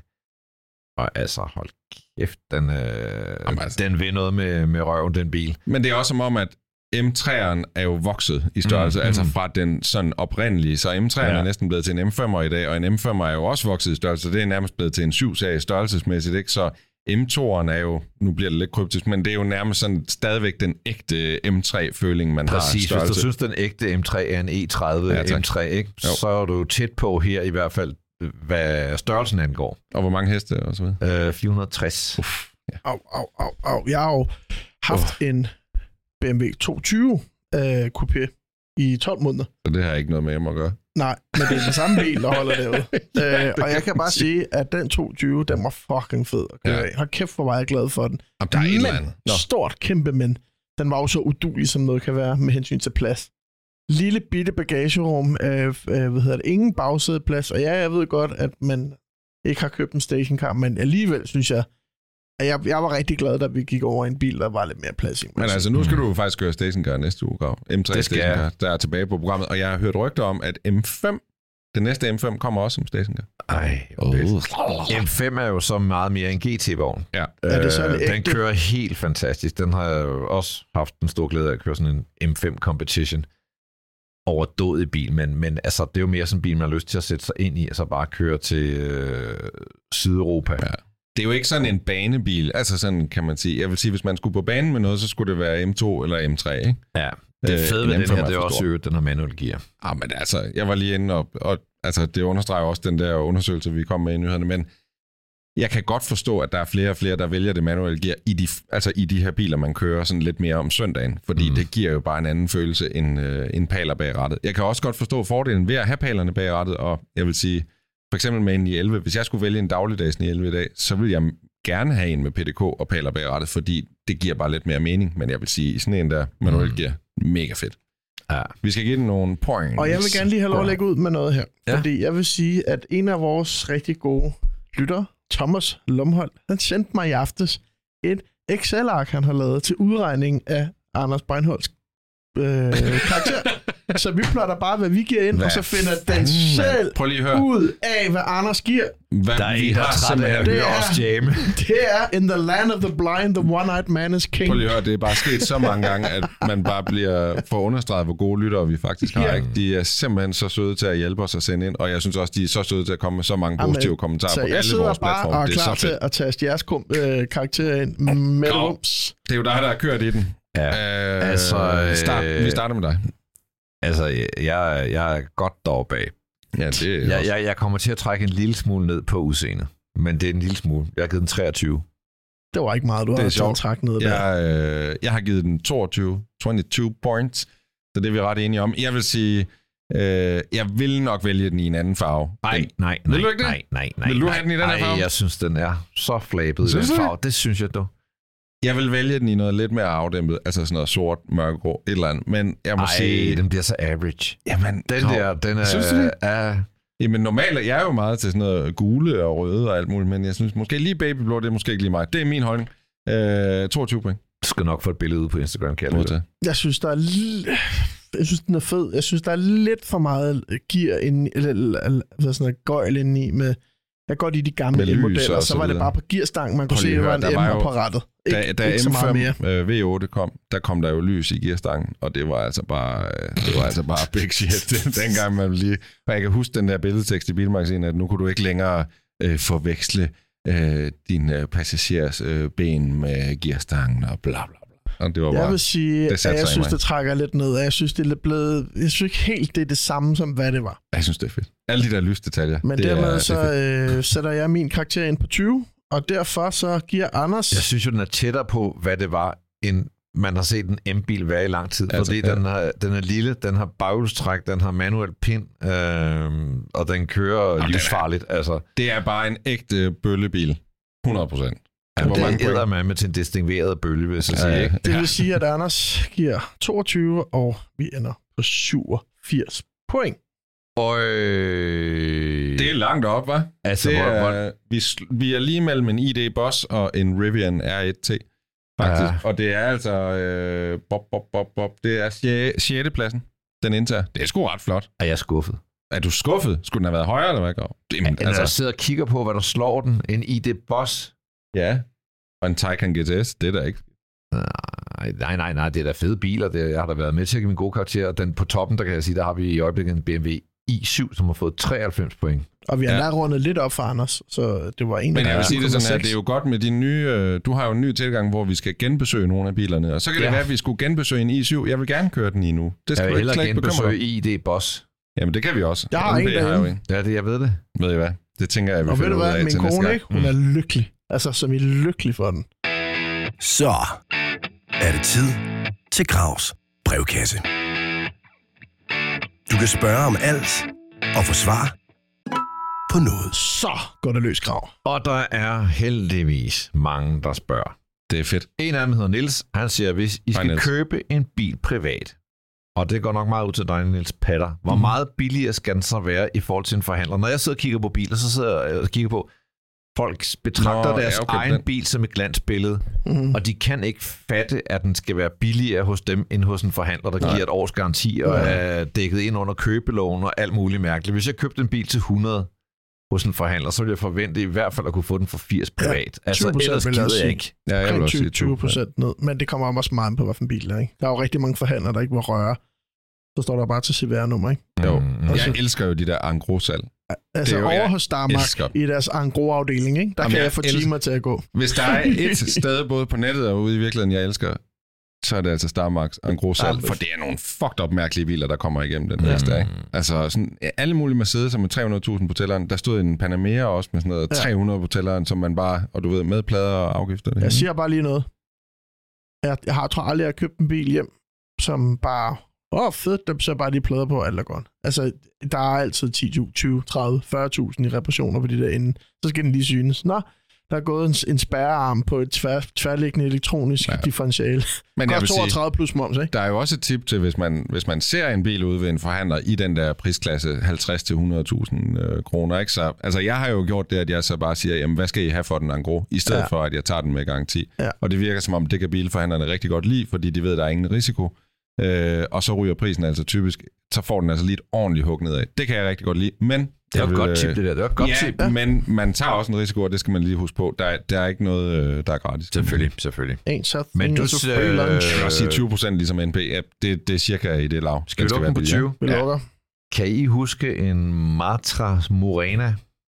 Og altså, hold kæft, den, øh, Jamen, altså. den vil noget med, med røven, den bil. Men det er også som om, at M tre'eren er jo vokset i størrelse, mm, altså fra den sådan oprindelige, så M tre'eren ja. er næsten blevet til en M fem'er i dag, og en M fem'er er jo også vokset i størrelse, så det er nærmest blevet til en syv-serie størrelsesmæssigt, ikke? Så M to'eren er jo, nu bliver det lidt kryptisk, men det er jo nærmest sådan stadigvæk den ægte M tre-føling, man Præcis, har i størrelse. Hvis du synes, den ægte M tre er en E tredive ja, M tre, ikke? Så er du tæt på her i hvert fald, hvad størrelsen angår. Og hvor mange heste og så videre? Øh, fire hundrede og tres. Uff. Ja. Au, au, au, au. Jeg har jo haft uh. en B M W to tyve øh, coupé i tolv måneder. Så det har ikke noget med M at gøre? Nej, men det er den samme bil, der holder derude. øh, og jeg kan bare sige, at den to tyve, den var fucking fed at køre ja. af. Hold kæft, hvor var jeg glad for den. Jamen, der er et eller andet. Nå. Stort, kæmpe, men den var jo så uduelig, som noget kan være med hensyn til plads. Lille bitte bagagerum, øh, øh, hvad hedder det, ingen bagsædeplads. Og ja, jeg ved godt, at man ikke har købt en stationcar, men alligevel synes jeg, at jeg, jeg var rigtig glad, da vi gik over en bil, der var lidt mere plads i. Men altså, nu skal du faktisk køre stationcar næste uge, Grav. M tre stationcar, der er tilbage på programmet. Og jeg har hørt rygter om, at M fem, den næste M fem, kommer også som stationcar. Ej, oh. M fem er jo så meget mere en G T-vogn. Ja. Øh, det så den kører helt fantastisk. Den har jeg jo også haft en stor glæde af at køre sådan en M fem competition. Overdådig bil, men, men altså, det er jo mere sådan en bil, man har lyst til at sætte sig ind i, altså bare køre til øh, Sydeuropa. Ja. Det er jo ikke sådan en banebil, altså sådan kan man sige. Jeg vil sige, hvis man skulle på banen med noget, så skulle det være M to eller M tre, ikke? Ja, det fede ved øh, den her, det er også øvrigt, den har manuel gear. Ja, men altså, jeg var lige inde og, og altså, det understreger også den der undersøgelse, vi kom med i nyhederne, men jeg kan godt forstå, at der er flere og flere, der vælger det manuelle gear i de, altså i de her biler, man kører sådan lidt mere om søndagen, fordi mm. det giver jo bare en anden følelse end øh, en paler bag rattet. Jeg kan også godt forstå fordelen ved at have palerne bag rattet, og jeg vil sige, for eksempel med en i elleve, hvis jeg skulle vælge en dagligdags i elleve i dag, så vil jeg gerne have en med P D K og paler bag rattet, fordi det giver bare lidt mere mening, men jeg vil sige, sådan en der manuelt gear, mega fedt. Ja. Vi skal give den nogle points. Og jeg vil gerne lige have lov at lægge ud med noget her, ja. Fordi jeg vil sige, at en af vores rigtig gode lyttere, Thomas Lumholdt, han sendte mig i aftes et Excel-ark, han har lavet til udregning af Anders Breinholts øh, karakter. Så vi plotter bare, hvad vi giver ind, hvad og så finder den selv ud af, hvad Anders giver. Hvad der er en, der er træt af at høre os jamme. Det er In the Land of the Blind, the One-Eyed Man is King. Prøv lige at høre, det er bare sket så mange gange, at man bare bliver for understreget, hvor gode lyttere vi faktisk har. Ja. Ikke? De er simpelthen så søde til at hjælpe os at sende ind, og jeg synes også, de er så søde til at komme med så mange positive Amen. kommentarer på alle vores platforme. Så jeg sidder bare og er klar til at taste jeres øh, karakterer ind med rums. Det er jo dig, der har kørt i den. Ja. Øh, altså, start, vi starter med dig. Altså, jeg, jeg er godt deroppe bag. Ja, det er jeg, jeg, jeg kommer til at trække en lille smule ned på udseendet. Men det er en lille smule. Jeg har givet den treogtyve. Det var ikke meget, du har taget træk ned der. Jeg, øh, jeg har givet den toogtyve, toogtyve points. Så det er vi ret enige om. Jeg vil sige, øh, jeg vil nok vælge den i en anden farve. Nej, nej, nej. Vil du ikke det? Nej, nej, nej. Vil du have den i den her farve? Nej, jeg synes, den er så flabet i den farve. Det synes jeg, du. Jeg vil vælge den i noget lidt mere afdæmpet, altså sådan noget sort, mørkegrå, et eller andet, men jeg må Ej, sige... den bliver så average. Jamen, den der, den er... Synes du det? Er... Jamen normalt, jeg er jo meget til sådan noget gule og røde og alt muligt, men jeg synes måske lige babyblå, det er måske ikke lige mig. Det er min holdning. Øh, toogtyve point. Du skal nok få et billede ud på Instagram, kan jeg lide. Jeg synes, der er l- jeg synes, den er fed. Jeg synes, der er lidt for meget gear ind, eller, eller, eller sådan noget gøjl ind i med... Jeg går godt i de gamle modeller, så, så var det bare på gearstangen, man kunne se, at det var en emmer på rattet. Ikke, da da M fem øh, V otte kom, der kom der jo lys i gearstangen, og det var altså bare, øh, det var altså bare big shit. Dengang man lige... Og jeg kan huske den der billedtekst i Bilmagasinet, at nu kunne du ikke længere øh, forveksle øh, din øh, passagers øh, ben med gearstangen og bla bla bla. Og det var jeg bare, vil sige, at jeg synes, det trækker lidt ned. Jeg synes, det er blevet... Jeg synes ikke helt, det er det samme, som hvad det var. Jeg synes, det er fedt. Alle de der lysdetaljer. Men det dermed er, så øh, sætter jeg min karakter ind på tyve, og derfor så giver Anders... Jeg synes jo, den er tættere på, hvad det var, end man har set en M-bil være i lang tid. Altså, fordi ja. den, har, den er lille, den har baghjulstræk, den har manuel pin, øh, og den kører Jamen, livsfarligt. Er, altså. Det er bare en ægte bøllebil. hundrede procent. Ja, det æder man med til en distingveret bølge, hvis jeg ja, siger. Ikke? Det vil sige, at Anders giver toogtyve, og vi ender på syvogfirs point. Og øh... Det er langt op, hva'? Altså, det hvor, er, hvor... vi, vi er lige mellem en I D Boss og en Rivian R et T, faktisk. Ja. Og det er altså... Øh, bob, bob, bob, bob. Det er sjette pladsen, den indtager. Det er sgu ret flot. Er jeg skuffet? Er du skuffet? Skulle den have været højere, eller hvad, Grav? Jamen, altså... Jeg sidder og kigger på, hvad der slår den. En I D Boss. Ja, og en Taycan G T S, det er der ikke. Nej, nej, nej, det er da fede biler. Det, jeg har da været med til at give min gode karakter. Den på toppen, der kan jeg sige, der har vi i øjeblikket en B M W i syv, som har fået treoghalvfems point. Og vi har ja. nær rundet lidt op for Anders, så det var en. Men jeg vil sige det sådan, at det er jo godt med de nye... Du har jo en ny tilgang, hvor vi skal genbesøge nogle af bilerne, og så kan ja. det være, at vi skulle genbesøge en i syv. Jeg vil gerne køre den i nu. Det skal jeg du ikke slet ikke bekymre dig. I D Boss. Jamen, det kan vi også. Jeg har en derinde. Ja, det, jeg ved det. Ved I hvad? Det tænker jeg, vi og finder ud af til næste gang. Og ved du hvad, min kone, hun er lykkelig. Altså, som I er lykkelig for den. Så er det tid til Gravs brevkasse. Du kan spørge om alt og få svar på noget. Så går det løs, Grav. Og der er heldigvis mange, der spørger. Det er fedt. En af dem hedder Niels. Han siger, hvis I skal Hej, købe en bil privat, og det går nok meget ud til dig, Niels Patter, hvor mm. meget billigere skal den så være i forhold til en forhandler? Når jeg sidder og kigger på biler, så sidder jeg og kigger på, folk betragter Nå, deres ja, okay, egen den. bil som et glansbillede, mm. og de kan ikke fatte, at den skal være billigere hos dem, end hos en forhandler, der Nej. giver et års garanti og ja. er dækket ind under købeloven og alt muligt mærkeligt. Hvis jeg købte en bil til hundrede hos en forhandler, så ville jeg forvente i hvert fald at kunne få den for firs privat. Ja, altså ellers gider jeg ikke. Ja, jeg vil også sige tyve procent ned, men det kommer også meget på, hvilken bil der er. Ikke? Der er jo rigtig mange forhandlere, der ikke vil røre. Så står der bare til C V R-nummer, ikke? Jo, mm, altså, jeg elsker jo de der engros-salg. Altså jo, over hos Starmark i deres engros-afdeling, ikke? Der Jamen, kan jeg få timer til at gå. Hvis der er et sted, både på nettet og ude i virkeligheden, jeg elsker, så er det altså Starmarks engros-salg, for det er nogle fucked up mærkelige biler, der kommer igennem den næste dag. Altså sådan, alle mulige Mercedes med tre hundrede tusind på tælleren. Der stod en Panamera også med sådan noget ja. tre hundrede på tælleren, som man bare, og du ved, med plader og afgifter. Det jeg siger bare lige noget. Jeg, jeg har tror aldrig, jeg har købt en bil hjem, som bare... Åh, oh, fedt, der så bare de plader på, alt er godt. Altså, der er altid ti, tyve, tredive, fyrre tusind i reparationer på de der inde. Så skal den lige synes. Nå, der er gået en, en spærrearm på et tvær, tværliggende elektronisk ja. differential. Men jeg vil toogtredive sige, plus moms, ikke? Der er jo også et tip til, hvis man, hvis man ser en bil ude ved en forhandler i den der prisklasse halvtreds til hundrede tusind øh, kroner, ikke? Så, altså, jeg har jo gjort det, at jeg så bare siger, jamen, hvad skal I have for den engros? I stedet ja. for, at jeg tager den med garanti. Ja. Og det virker som om, det kan bilforhandlerne rigtig godt lide, fordi de ved, der er ingen risiko. Øh, og så ryger prisen altså typisk, så får den altså lige et ordentligt hug nedad. Det kan jeg rigtig godt lide, men... Det er jo et godt tip, det der. Det er et godt ja, tip. Ja, men man tager også en risiko, og det skal man lige huske på. Der er, der er ikke noget, der er gratis. Selvfølgelig, selvfølgelig. Men du øh, jeg vil sige tyve procent ligesom N P. Ja, det, det er cirka i det lav. Skal vi lukke den på tyve? Vi lukker. Kan I huske en Matra Murena?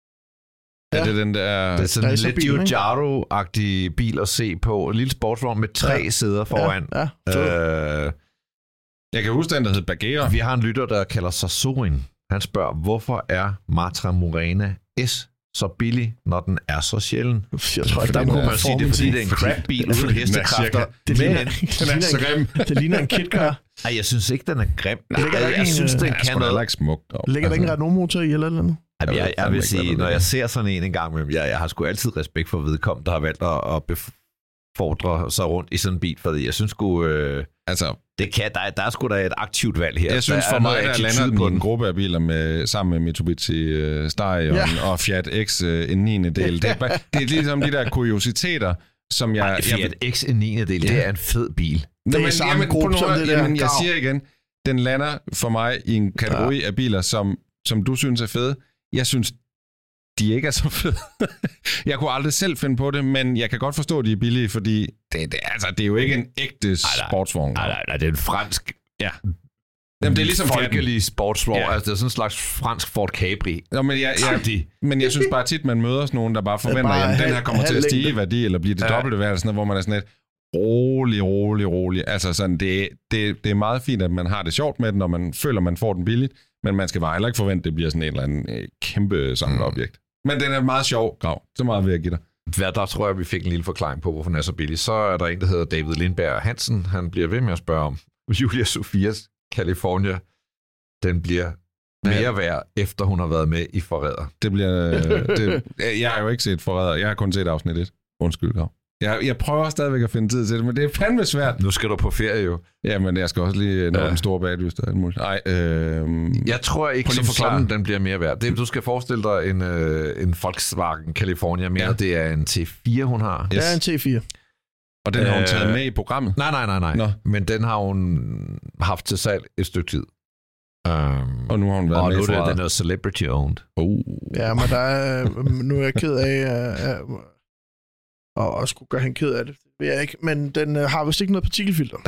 Ja. Er det den der... Det er sådan en lidt Giugiaro-agtig bil at se på. En lille sportsvogn med tre ja. sæder foran. Ja, ja. Øh, Jeg kan huske den, der hed Bagheera. Vi har en lytter, der kalder sig Sorin. Han spørger, hvorfor er Matra Murena S så billig, når den er så sjælden? Jeg tror, der kunne man sige, det er fordi, det er en crap-bil uden hestekræfter. Det ligner, den er så grim. Det ligner en KitKar. Ej, jeg synes ikke, den er grim. Nej, jeg, jeg synes, den kan noget. Ikke smukt. Ligger der ikke en Renault-motor i eller noget? Jeg, jeg, jeg vil sige, når jeg ser sådan en en gang med, jeg, jeg har sgu altid respekt for vedkommende, der har valgt at, at befordre sig rundt i sådan en bil, fordi jeg synes sgu... Øh, altså, det kan, der, der er sgu da et aktivt valg her. Jeg synes der for mig, der lander den i en gruppe af biler med, sammen med Mitsubishi uh, Steyr ja. og Fiat X uh, en niende del. Det er, bare, det er ligesom de der kuriositeter, som jeg... Ej, Fiat jeg, X en niende del, ja. det er en fed bil. Det er samme jamen, gruppe som det der. Jamen, jeg siger igen, den lander for mig i en kategori ja. af biler, som, som du synes er fede. Jeg synes, de ikke er så fede. Jeg kunne aldrig selv finde på det, men jeg kan godt forstå, at de er billige, fordi det, det, altså, det er jo ikke en ægte sportsvogn. Nej, nej, nej, det er en fransk... Ja. Jamen, det er ligesom folkelig sportsvogn. Ja. Altså, det er sådan en slags fransk Ford Capri. Nå, men, jeg, jeg, men jeg synes bare tit, man møder sådan nogen, der bare forventer, at den her kommer til at stige i værdi, eller bliver det ja. dobbelte værd, sådan noget, hvor man er sådan lidt rolig, rolig, rolig. Altså sådan, det, det, det er meget fint, at man har det sjovt med den, når man føler, man får den billigt, men man skal bare heller ikke forvente, at det bliver sådan en eller anden øh, kæmpe samleobjekt. Mm. Men den er meget sjov, Grav. Så meget vil jeg give dig. Hvad der tror jeg, vi fik en lille forklaring på, hvorfor den er så billig. Så er der en, der hedder David Lindberg Hansen. Han bliver ved med at spørge om Julia Sofias California. Den bliver mere værd, efter hun har været med i Forræder. Det bliver... det, jeg har jo ikke set Forræder. Jeg har kun set afsnit et. Undskyld, Grav. Jeg, jeg prøver stadigvæk at finde tid til det, men det er fandme svært. Nu skal du på ferie jo. Ja, men jeg skal også lige nå ja. den store baglyst og alt muligt. Nej, øh... Jeg tror ikke, som sådan, den bliver mere værd. Det, du skal forestille dig en, øh, en Volkswagen California mere. Ja. Det er en T fire, hun har. Yes. Det er en T fire. Og den har hun taget med i programmet? Nej, nej, nej, nej. Nå. Men den har hun haft til salg et stykke tid. Um, og nu har hun været og med nu for er den er celebrity owned. Oh. Ja, men der er, nu er jeg ked af at, og, og skulle gøre hende ked af det. Det ved jeg ikke, men den uh, har vist ikke noget partikelfilter.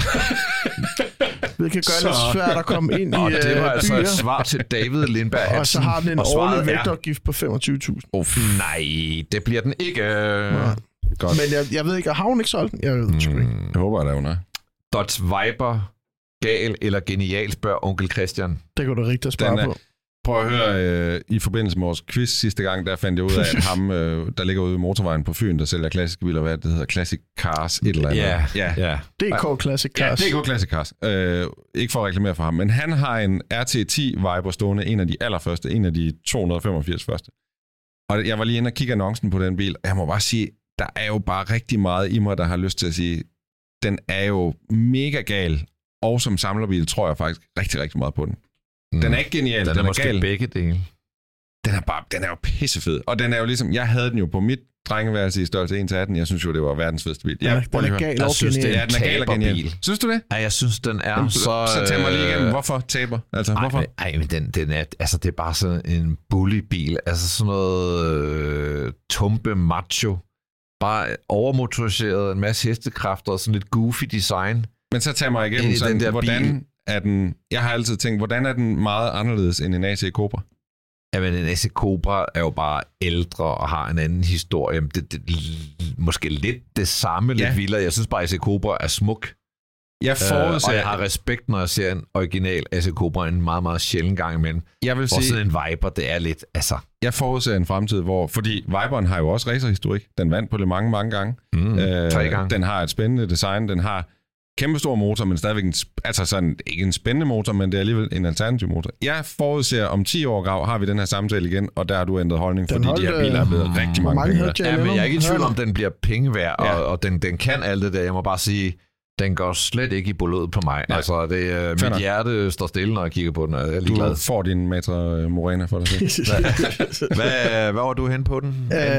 Det kan gøre det lidt svært at komme ind og i uh, det var byer. altså et svar til David Lindberg Hansen. Og så har den en årlig vægtafgift på femogtyve tusind. Oh, nej, det bliver den ikke. Nej. Godt. Men jeg, jeg ved ikke, har hun ikke solgt den? Jeg ved det mm. ikke. Jeg håber, at hun er. Dodge Viper, gal eller genial, spørger onkel Christian. Det kan du rigtig spørge på. Prøv at høre, øh, i forbindelse med vores quiz sidste gang, der fandt jeg ud af, at ham, øh, der ligger ude i motorvejen på Fyn, der sælger klassiske biler, hvad det hedder, Classic Cars, et eller andet. Ja, ja. ja. D K Classic Cars. Ja, D K Classic Cars. Øh, ikke for at reklamere for ham, men han har en R T ti Viper stående, en af de allerførste, en af de to hundrede og femogfirs første. Og jeg var lige inde og kigge annoncen på den bil, og jeg må bare sige, der er jo bare rigtig meget i mig, der har lyst til at sige, den er jo mega gal, og som samlerbil tror jeg faktisk rigtig, rigtig meget på den. Mm. Den er ikke genial, den, den er, er måske gal. Begge dele. Den er, bare, den er jo pissefed, og den er jo ligesom, jeg havde den jo på mit drengeværelse i størrelse en til atten, jeg synes jo, det var verdens fedeste bil. Ja, den er gal og synes, det er en taberbil. Synes du det? Ja, jeg synes, den er Jamen, så... Så tag mig lige igennem, hvorfor taber? Altså, ej, hvorfor? Ej, men den, den er, altså, det er bare sådan en bully-bil, altså sådan noget øh, tumpe macho. Bare overmotoriseret, en masse hestekræfter og sådan lidt goofy design. Men så tag mig igennem, sådan, den der hvordan bil. Er den... Jeg har altid tænkt, hvordan er den meget anderledes end en A C Cobra? Jamen, en A C Cobra er jo bare ældre og har en anden historie. Det, det, måske lidt det samme, ja. Lidt vildere. Jeg synes bare, at A C Cobra er smuk. Jeg forudser... Øh, og jeg har respekt, når jeg ser en original A C Cobra en meget, meget sjældent gang imellem. Jeg vil sige... sådan en Viper, det er lidt... Altså... Jeg forudser en fremtid, hvor... Fordi Viperen har jo også racerhistorik. Den vandt på Le Mans mange gange. Mm, øh, tre gange. Den har et spændende design. Den har kæmpestor motor, men stadigvæk en... Altså sådan, ikke en spændende motor, men det er alligevel en alternativ motor. Jeg forudser, om ti år Grav, har vi den her samtale igen, og der har du ændret holdning, den fordi holdt, de her biler er blevet mm, rigtig mange, mange penge. Ja, men jeg er ikke i tvivl om, den bliver penge værd, ja. og, og den, den kan alt det der. Jeg må bare sige... Den går slet ikke i blodet på mig. Nej. Altså, det, uh, mit nok. hjerte står stille, når jeg kigger på den, og jeg er ligeglad. Du får din Matra Morena for dig selv. hvad, hvad, hvad var du hen på den?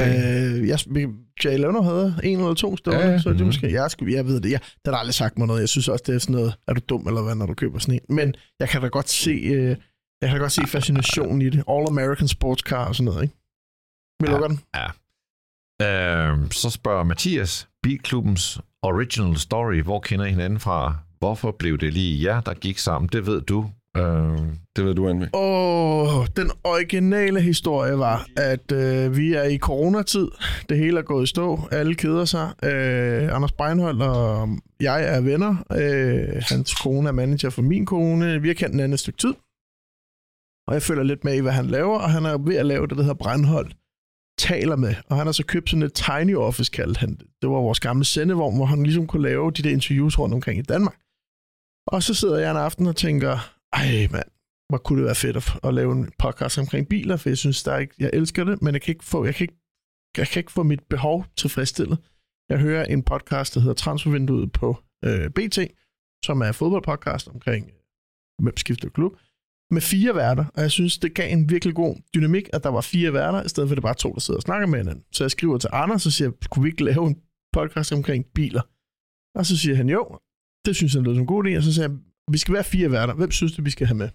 Øh, jeg, Jay Leno havde en eller to stående, ja, ja. så det måske... Jeg, skulle, jeg ved det. Jeg, den har aldrig sagt mig noget. Jeg synes også, det er sådan noget, er du dum eller hvad, når du køber sådan en. Men jeg kan da godt se, øh, jeg kan da godt se fascinationen i det. All American Sports Car og sådan noget, ikke? Vi lukker ja, den. Ja. Øh, så spørger Mathias, Bilklubbens original story. Hvor kender I hinanden fra? Hvorfor blev det lige jer, der gik sammen? Det ved du. Uh, det ved du, Anne. Åh, oh, den originale historie var, at øh, vi er i coronatid. Det hele er gået i stå. Alle keder sig. Øh, Anders Breinholt og jeg er venner. Øh, hans kone er manager for min kone. Vi har kendt den anden et stykke tid. Og jeg følger lidt med i, hvad han laver. Og han er ved at lave det, der hedder Breinholt taler med, og han har så købt sådan et tiny office, kaldt han det. Det var vores gamle sendevogn, hvor han ligesom kunne lave de der interviews rundt omkring i Danmark. Og så sidder jeg en aften og tænker, ej mand, hvor kunne det være fedt at, at lave en podcast omkring biler, for jeg synes, der er ikke, jeg elsker det, men jeg kan ikke få, jeg kan ikke, jeg kan ikke få mit behov tilfredsstillet. Jeg hører en podcast, der hedder Transfervinduet på øh, B T, som er fodboldpodcast omkring hvem skifter klub, med fire værter, og jeg synes, det gav en virkelig god dynamik, at der var fire værter, i stedet for det bare to, der sidder og snakker med hinanden. Så jeg skriver til Anders, og siger, kunne vi ikke lave en podcast omkring biler? Og så siger han, jo, det synes han lød som en god idé, og så siger jeg, vi skal være fire værter, hvem synes du, vi skal have med?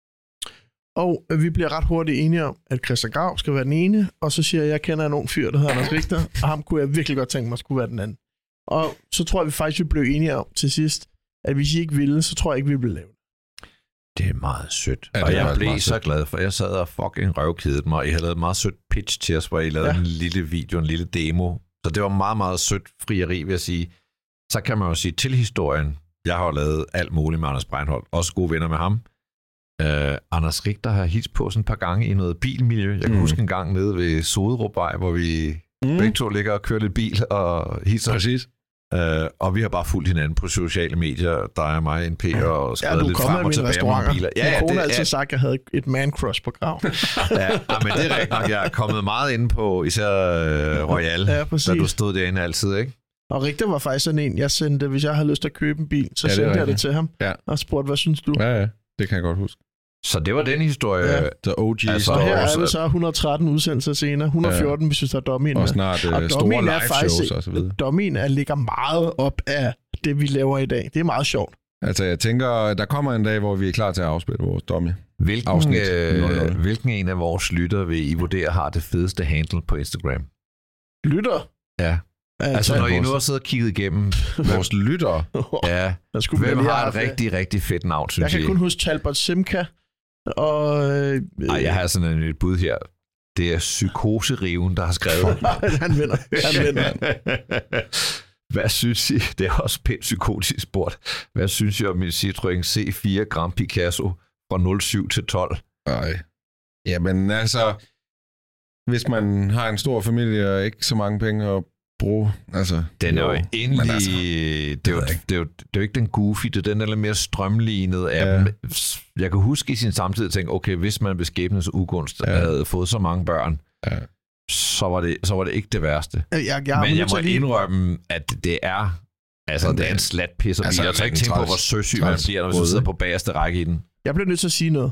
Og vi bliver ret hurtigt enige om, at Christian Grav skal være den ene, og så siger jeg, jeg kender en ung fyr, der hedder Anders Richter, og ham kunne jeg virkelig godt tænke mig, skulle være den anden. Og så tror jeg, vi faktisk vi blev enige om til sidst, at hvis I ikke ville, så tror jeg ikke, vi ville lave det. Det er meget sødt. Ja, og jeg blev så sødt. glad, for jeg sad og fucking røvkedede mig, og I havde lavet et meget sødt pitch til os, hvor I lavede ja. en lille video, en lille demo. Så det var meget, meget sødt frieri, vil jeg sige. Så kan man jo sige til historien, jeg har jo lavet alt muligt med Anders Breinholt, også gode venner med ham. Uh, Anders Richter har hilst på sådan et par gange i noget bilmiljø. Jeg kan mm. huske en gang nede ved Soderupvej, hvor vi mm. begge to ligger og kører lidt bil og hilser. Præcis. Uh, og vi har bare fulgt hinanden på sociale medier, der er mig, N P, og skrevet ja, lidt frem og tilbage med biler. Ja, ja, min kone har altid sagt, at jeg havde et man-crush på Grav. ja, ja, men det er rigtigt nok. Jeg er kommet meget inde på især uh, Royal, ja, da du stod derinde altid, ikke? Og Richter var faktisk sådan en, jeg sendte, hvis jeg havde lyst til at købe en bil, så Ja, det er sendte jeg det rigtigt. til ham Ja. og spurgte, hvad synes du? Ja, ja. Det kan jeg godt huske. Så det var den historie. Ja. The O G Altså, Og story. her er også- det så et hundrede og tretten udsendelser senere, et hundrede og fjorten, ja. hvis vi tager Dommen Og med. snart Og uh, store Dommen er live faktisk- shows og så videre. Dommen er ligger meget op af det, vi laver i dag. Det er meget sjovt. Altså, jeg tænker, der kommer en dag, hvor vi er klar til at afspille vores dummy. Hvilken, Afsnit øh, nul nul. hvilken en af vores lyttere vil I vurdere har det fedeste handle på Instagram? Lytter. Ja. Altså, Altså, når I vores- nu har siddet og kigget igennem, Vores lyttere. ja, der skulle hvem man lige har have et haft, rigtig, rigtig fedt navn, Jeg synes kan I? kun huske Talbot Simca. Og... Øh, Ej, jeg har sådan et bud her. Det er Psykoseriven, der har skrevet. han vinder. Han vinder. Hvad synes I? Det er også pænt psykotisk spurgt. Hvad synes I om min Citroën C fire Grand Picasso fra nul syv til tolv? Nej. Jamen altså, hvis man har en stor familie og ikke så mange penge at bruge, altså... Den er jo endelig... men altså, det, er jo, ved jeg ikke. det, er jo, det er jo ikke den goofy, det er den der lidt mere strømlignet af Ja. dem. Jeg kan huske i sin samtid at tænke, okay, hvis man ved skæbnens ugunst Ja. havde fået så mange børn, Ja. så, var det, så var det ikke det værste. Jeg, jeg, Men jeg nødt må til lige- indrømme, at det er... Altså, Men det er det- en slat pisser. altså, Altså, jeg tør ikke en tænke på, træls- hvor søsyg man træls bliver, når man røde. sidder på bagerste række i den. Jeg bliver nødt til at sige noget.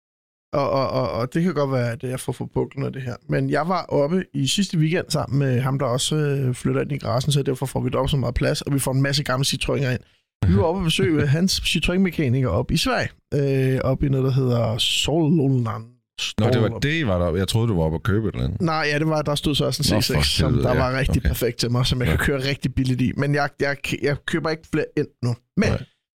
Og, og, og, og det kan godt være, at jeg får for buklen af det her. Men jeg var oppe i sidste weekend sammen med ham, der også øh, flytter ind i garagen, så derfor får vi deroppe så meget plads, og vi får en masse gamle Citroëner ind. Vi var oppe og besøge hans Citroën-mekaniker op i Sverige. Øh, op i noget, der hedder Sololland. Nå, det var det, I var der. Jeg troede, du var oppe og købe et eller andet. Nej, ja, det var, der stod så også en Nå, C for seks, som helvede, der ja. var rigtig Okay. perfekt til mig, som jeg Ja. kan køre rigtig billigt i. Men jeg, jeg, jeg køber ikke flere ind nu. Men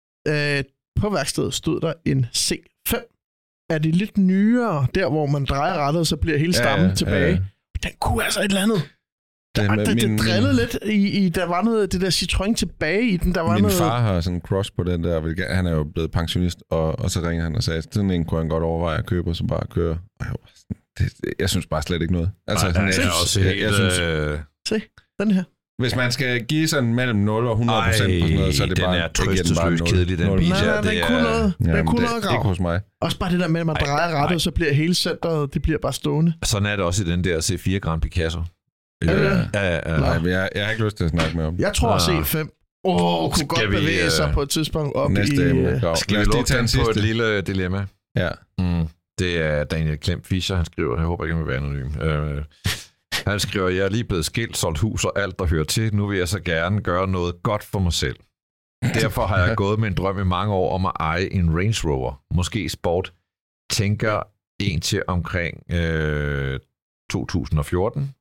øh, på værkstedet stod der en C fem. Er det lidt nyere, der hvor man drejer rettet, så bliver hele stammen ja, tilbage. Ja. Den kunne altså et eller andet. Det, Der, med det, min, det drillede lidt i, i, der var noget, det der Citroën tilbage i den. Der var min noget... far har sådan en cross på den der. vil gerne- Han er jo blevet pensionist, og, og så ringer han og sagde, sådan en kunne han godt overveje at købe, og så bare køre. Og jeg, var sådan, det, det, jeg synes bare slet ikke noget. Altså, Ej, sådan, den jeg, er også jeg, helt... jeg, synes, øh, Se, den her. hvis man skal give sådan mellem nul og hundrede procent på sådan noget, så er det den bare... er jeg giver trøstesløst nul. kedelig, den Nul. bil. Nej, nej, det den er- kunne noget. Den Jamen, kunne det, noget ikke grav. hos mig. Også bare det der med, at man Ej, drejer ej. rettet, så bliver hele centret, det bliver bare stående. Sådan er det også i den der C fire Grand Picasso. Er det det? Ja, ja, ja. Nej, men jeg, jeg har ikke lyst til at snakke med om. Jeg tror, at Ah. C fem Åh, oh, kunne godt vi, bevæge øh, sig på et tidspunkt op Næste i... emne. øh, Grav. Skal Lad vi os lige lukke tage den en på et sidste? lille dilemma? Ja. Mm. Det er Daniel Klem Fischer, han skriver. Jeg håber ikke, han vil være anonym. Øh, han skriver, jeg er lige blevet skilt, solgt hus og alt, der hører til. Nu vil jeg så gerne gøre noget godt for mig selv. Derfor har jeg gået med en drøm i mange år om at eje en Range Rover. Måske sport. Tænker en til omkring øh, to tusind og fjorten.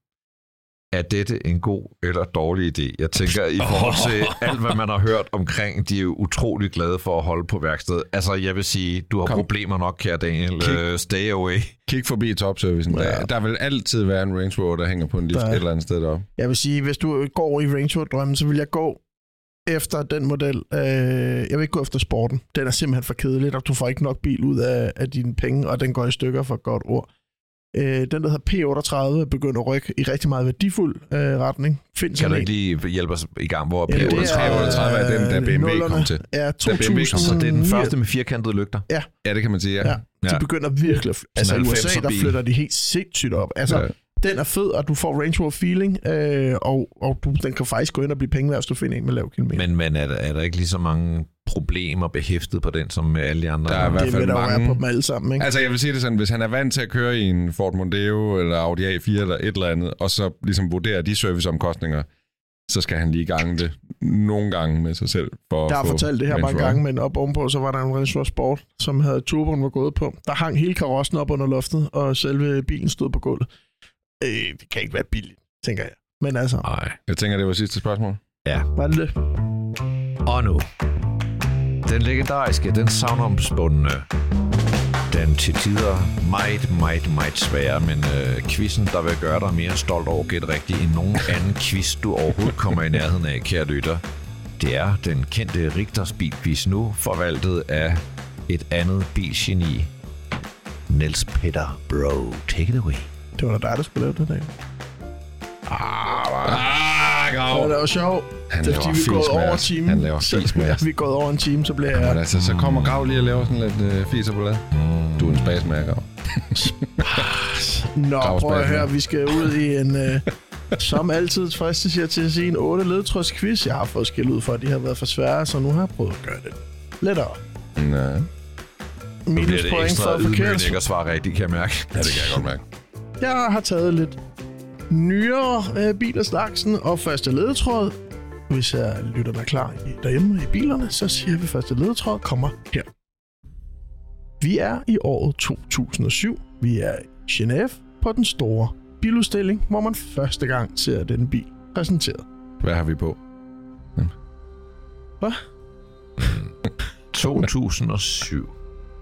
Er dette en god eller dårlig idé? Jeg tænker, i forhold til alt, hvad man har hørt omkring, de er jo utrolig glade for at holde på værkstedet. Altså, jeg vil sige, du har Kom. problemer nok, kære Daniel. Kig. Uh, stay away. Kig forbi topservicen. Ja. Der, der vil altid være en Range Rover, der hænger på en lift Der- et eller andet sted deroppe. Jeg vil sige, hvis du går i Range Rover-drømmen, så vil jeg gå efter den model. Øh, jeg vil ikke gå efter sporten. Den er simpelthen for kedelig, og du får ikke nok bil ud af, af dine penge, og den går i stykker for et godt ord. Øh, den, der hedder P otteogtredive, begynder at rykke i rigtig meget værdifuld øh, retning. Find Kan sådan du en. ikke lige hjælpe os i gang, hvor Ja, P det er- otteogtredive er den, der B M W kom til. Ja, to Da B M W kom, tusind. Så det er den første med firkantede lygter. Ja, det kan man sige, ja. Ja. De Ja. begynder virkelig... at- Altså i U S A, halvfemser der bil. flytter de helt sindssygt op. Altså, Ja. den er fed, og du får Range Rover feeling, øh, og, og du, den kan faktisk gå ind og blive penge værd, hvis du finder en med lav kilometer. Men, men er, der, er der ikke lige så mange problemer behæftet på den, som med alle de andre? Der er i hvert det fald vil der jo være mange- på dem alle sammen, ikke? Altså, jeg vil sige det sådan, hvis han er vant til at køre i en Ford Mondeo eller Audi A fire eller et eller andet, og så ligesom vurdere de serviceomkostninger, så skal han lige gange det nogle gange med sig selv. For Jeg har at få fortalt det her Range mange Rover. gange, men op ovenpå, så var der en Range Rover Sport, som havde turboen var gået på. Der hang hele karossen op under loftet, og selve bilen stod på gulvet. Øh, det kan ikke være billigt, tænker jeg. Men altså, Nej. Jeg tænker, det var sidste spørgsmål. Ja. var det det? Og nu. Den legendariske, den savnomspundne, den til tider meget, meget, meget svære, men øh, quizzen, der vil gøre dig mere stolt over at gætte rigtigt end nogen anden quiz, du overhovedet kommer i nærheden af, kære lytter. Det er den kendte Richters bilquiz nu, forvaltet af et andet bilgeni. Niels Peter, bro, take it away. Det var da dig, der skulle lave det dag. Ah, Det var sjovt. Han Det er laver fordi, vi er fis gået med over os. timen. Han laver Så- fis med ja, os. vi er gået over en time, så bliver Men jeg... altså, så kommer Grav lige og laver sådan lidt øh, fiser på lad. Du er en spasmærker. Nå, Grav prøv at Spadsen. høre, vi skal ud i en... Øh, Som altid fristes jeg til at sige en otte ledetrådsquiz. Jeg har fået skæld ud for, at de har været for svære, så nu har jeg prøvet at gøre det lettere. Nej. Minus point for forkert. ikke at svare rigtigt, kan jeg mærke. Ja, det kan jeg godt mærke. Jeg har taget lidt nyere øh, bilerslagsen og første ledetråd. Hvis jeg lytter dig klar i, derhjemme i bilerne, så siger vi, at første ledetråd kommer her. Vi er i året to tusind og syv. Vi er i Genève på den store biludstilling, hvor man første gang ser denne bil præsenteret. Hvad har vi på? Hvad? to tusind og syv.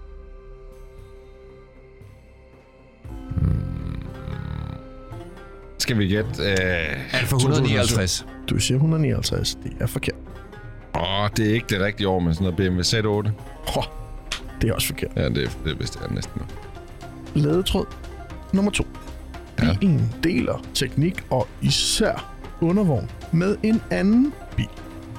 Skal vi gætte? Øh, Alfa et hundrede nioghalvtreds. Du siger et hundrede nioghalvtreds. Det er forkert. Åh, det er ikke det rigtige år med sådan noget B M W Z otte. Oh, det er også forkert. Ja, det, det vidste jeg næsten nu. Ledetråd nummer to. Ja. Bilen deler teknik og især undervogn med en anden bil.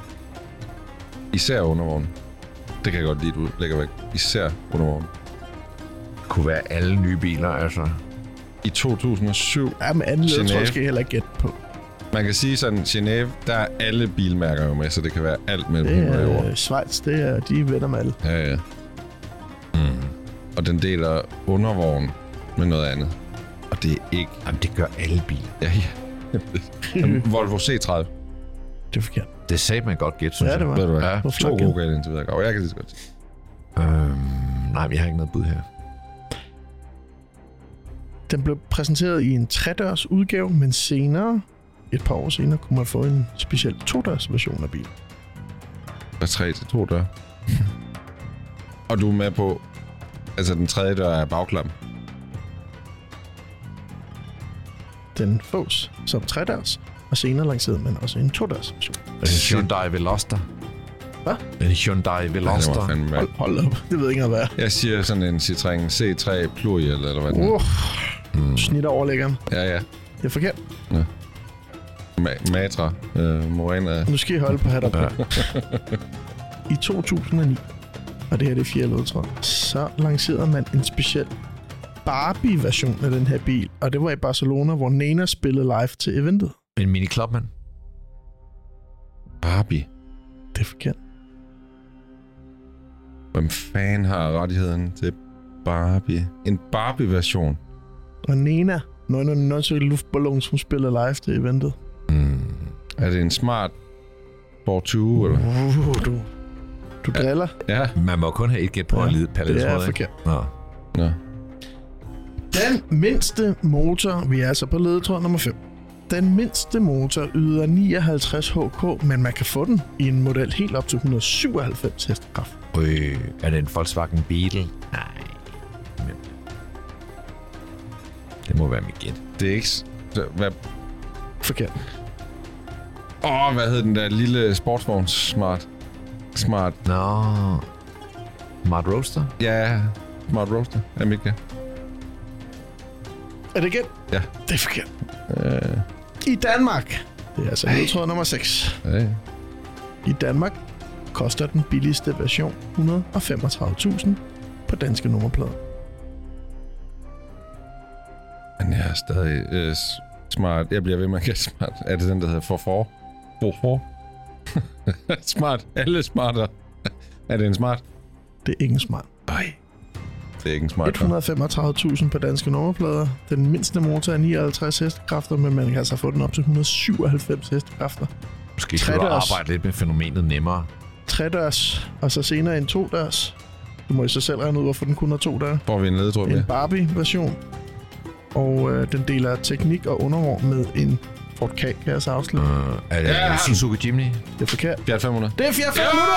Især undervognen. Det kan jeg godt lide, du lægger væk. Især undervognen. Det kunne være alle nye biler, altså. I to tusind og syv, Ja, med anden ledetråd Genève. skal jeg heller ikke gætte på. man kan sige sådan, Genève, der er alle bilmærker jo med, så det kan være alt mellem Det himmel og er jord. øh, Schweiz, det er de venner med alle. Ja, ja. Mm. Og den deler undervogn med noget andet. Og det er ikke... Jamen, det gør alle biler. Ja, ja. Jamen, Volvo C tredive. Det er forkert. Det sagde man godt gæt, synes Ja, det jeg. var. Ved du hvad? Ja. Hvor To flot gode galt indtil videre. Og jeg kan lige så godt sige. Øhm, nej, men jeg har ikke noget bud her. Den blev præsenteret i en tre-dørs udgave, men senere, et par år senere, kunne man få en speciel to-dørs version af bilen. Fra tre til to døre. Og du er med på... Altså, den tredje dør er bagklam. Den fås som tre-dørs, og senere lancerede man også en to-dørs version. En Hyundai Veloster. Hvad? En Hyundai Det Veloster. var fandme Hold, hold op, det ved jeg ikke engang, hvad er. Jeg siger sådan en Citroën C tre Pluriel, eller hvad den er. Uh, mm. Snitter overlæggeren. Ja, ja. Det er forkert. Ma- Matra. Øh, Morena. Nu skal I holde på hat og ja. I to tusind og ni, og det her det er fjerde ledetråd, så lancerede man en speciel Barbie-version af den her bil, og det var i Barcelona, hvor Nena spillede live til eventet. En Mini Clubman. Barbie. Det er forkert. Hvem fanden har rettigheden til Barbie? En Barbie-version. Og Nena, når når når så luftballon, som spillede live til eventet. Mm. Er det en Smart Sport tyve, eller? Uh, du, du driller. Ja. Man må kun have et gæt på Ja, en lille palet, det er tror jeg. forkert. Nå. Nå. Den mindste motor, vi er altså på ledetråd nummer fem. Den mindste motor yder nioghalvtreds hk, men man kan få den i en model helt op til et hundrede og syvoghalvfems hestekraft. Øh, er det en Volkswagen Beetle? Nej. Men... Det må være mit gæt. Det er ikke... s- så Hvad... Forkert. Åh, hvad hed den der lille sportsvogn? Smart. Smart. Nå. Smart Roadster? Ja, Smart Roadster. Er mit, ja. Er det igen? Ja. Det er forkert. Øh, I Danmark. Det er altså ledetråd nummer seks. ja. I Danmark koster den billigste version et hundrede og femogtredive tusind på danske nummerplader. Men jeg er stadig øh, s- smart. Jeg bliver ved med at gætte smart. Er det den, der hedder for for? For for? Smart. Alle smarter. Er det en smart? Det er ikke en smart. Nej. Det er ikke en smart. et hundrede og femogtredive tusind på danske nummerplader. Den mindste motor er nioghalvtreds hestekræfter, men man kan altså få den op til et hundrede og syvoghalvfems hestekræfter. Måske skulle du Tredørs. arbejde lidt med fænomenet nemmere. Tre-dørs, og så senere en to-dørs. Du må jo så selv regne ud, hvorfor den kun har to døre. Får vi en ledetråd med? En Barbie-version. Og øh, den deler teknik og undervogn med en Ford Ka, kan jeg så afsløre. Uh, er det Ja. en Suzuki Jimny? Det er forkert. Fiat fem hundrede. Det er fire fem hundrede!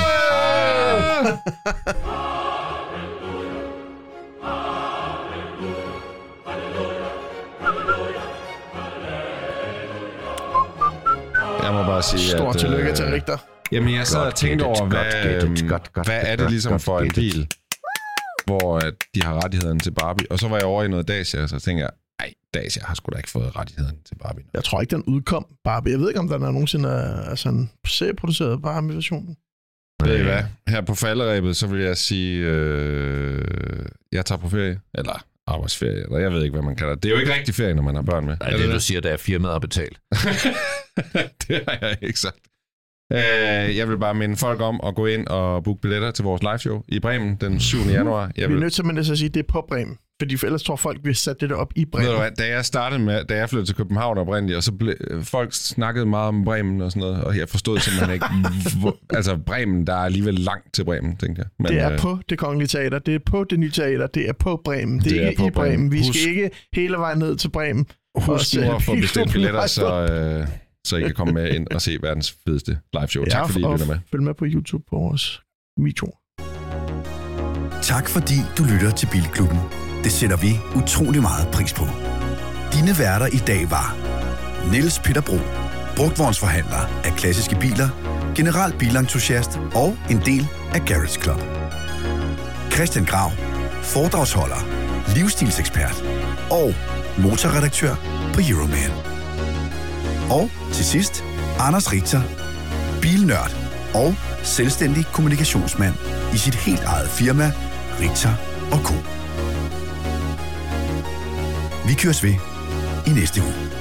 Jeg må bare sige, Stort at... tillykke øh, til Richter. Jamen, jeg sad og Godt tænkte gættet, over, godt hvad, gættet, øhm, godt, godt hvad er det gættet, ligesom godt for en gættet. bil, hvor at de har rettigheden til Barbie. Og så var jeg over i noget Dacia, og så tænkte jeg, ej, Dacia har sgu da ikke fået rettigheden til Barbie. Jeg tror ikke, den udkom. Barbie. Jeg ved ikke, om den er nogensinde er, er sådan serieproduceret Barbie-versionen. Ved I hvad? Her på falderæbet, så vil jeg sige, øh, jeg tager på ferie. Eller arbejdsferie, eller jeg ved ikke, hvad man kalder det. Det er jo ikke rigtig ferie, når man har børn med. Nej, det, det, du siger, der er firmaet at betale. Det har jeg ikke sagt. Jeg vil bare minde folk om at gå ind og booke billetter til vores liveshow i Bremen den syvende januar. Jeg Vi vil... er nødt til at, at sige, at det er på Bremen. Fordi for ellers tror folk, vi har sat det der op i Bremen. Ved du hvad, da jeg startede med, da jeg flyttede til København oprindeligt, og så blev folk snakkede meget om Bremen og sådan noget, og jeg forstod simpelthen ikke, hvor, altså Bremen, der er alligevel langt til Bremen, tænkte jeg. Men, det er øh, på Det Kongelige Teater, det er på Det Nye Teater, det er på Bremen, det, Det er er ikke på i Bremen. Bremen. Vi Husk- skal ikke hele vejen ned til Bremen. Husk nu at få bestilt billetter, så, øh, så I kan komme med ind og se verdens fedeste liveshow. Tak fordi I lytter med. Følg med på YouTube på vores video. Tak fordi du lytter til Bilklubben. Det sætter vi utrolig meget pris på. Dine værter i dag var Niels Peter Bro, brugtvognsforhandler af klassiske biler, general bilentusiast og en del af Garage Club. Christian Grav, foredragsholder, livsstilsekspert og motorredaktør på Euroman. Og til sidst, Anders Richter, bilnørd og selvstændig kommunikationsmand i sit helt eget firma, Richter og Co. Vi køres ved i næste uge.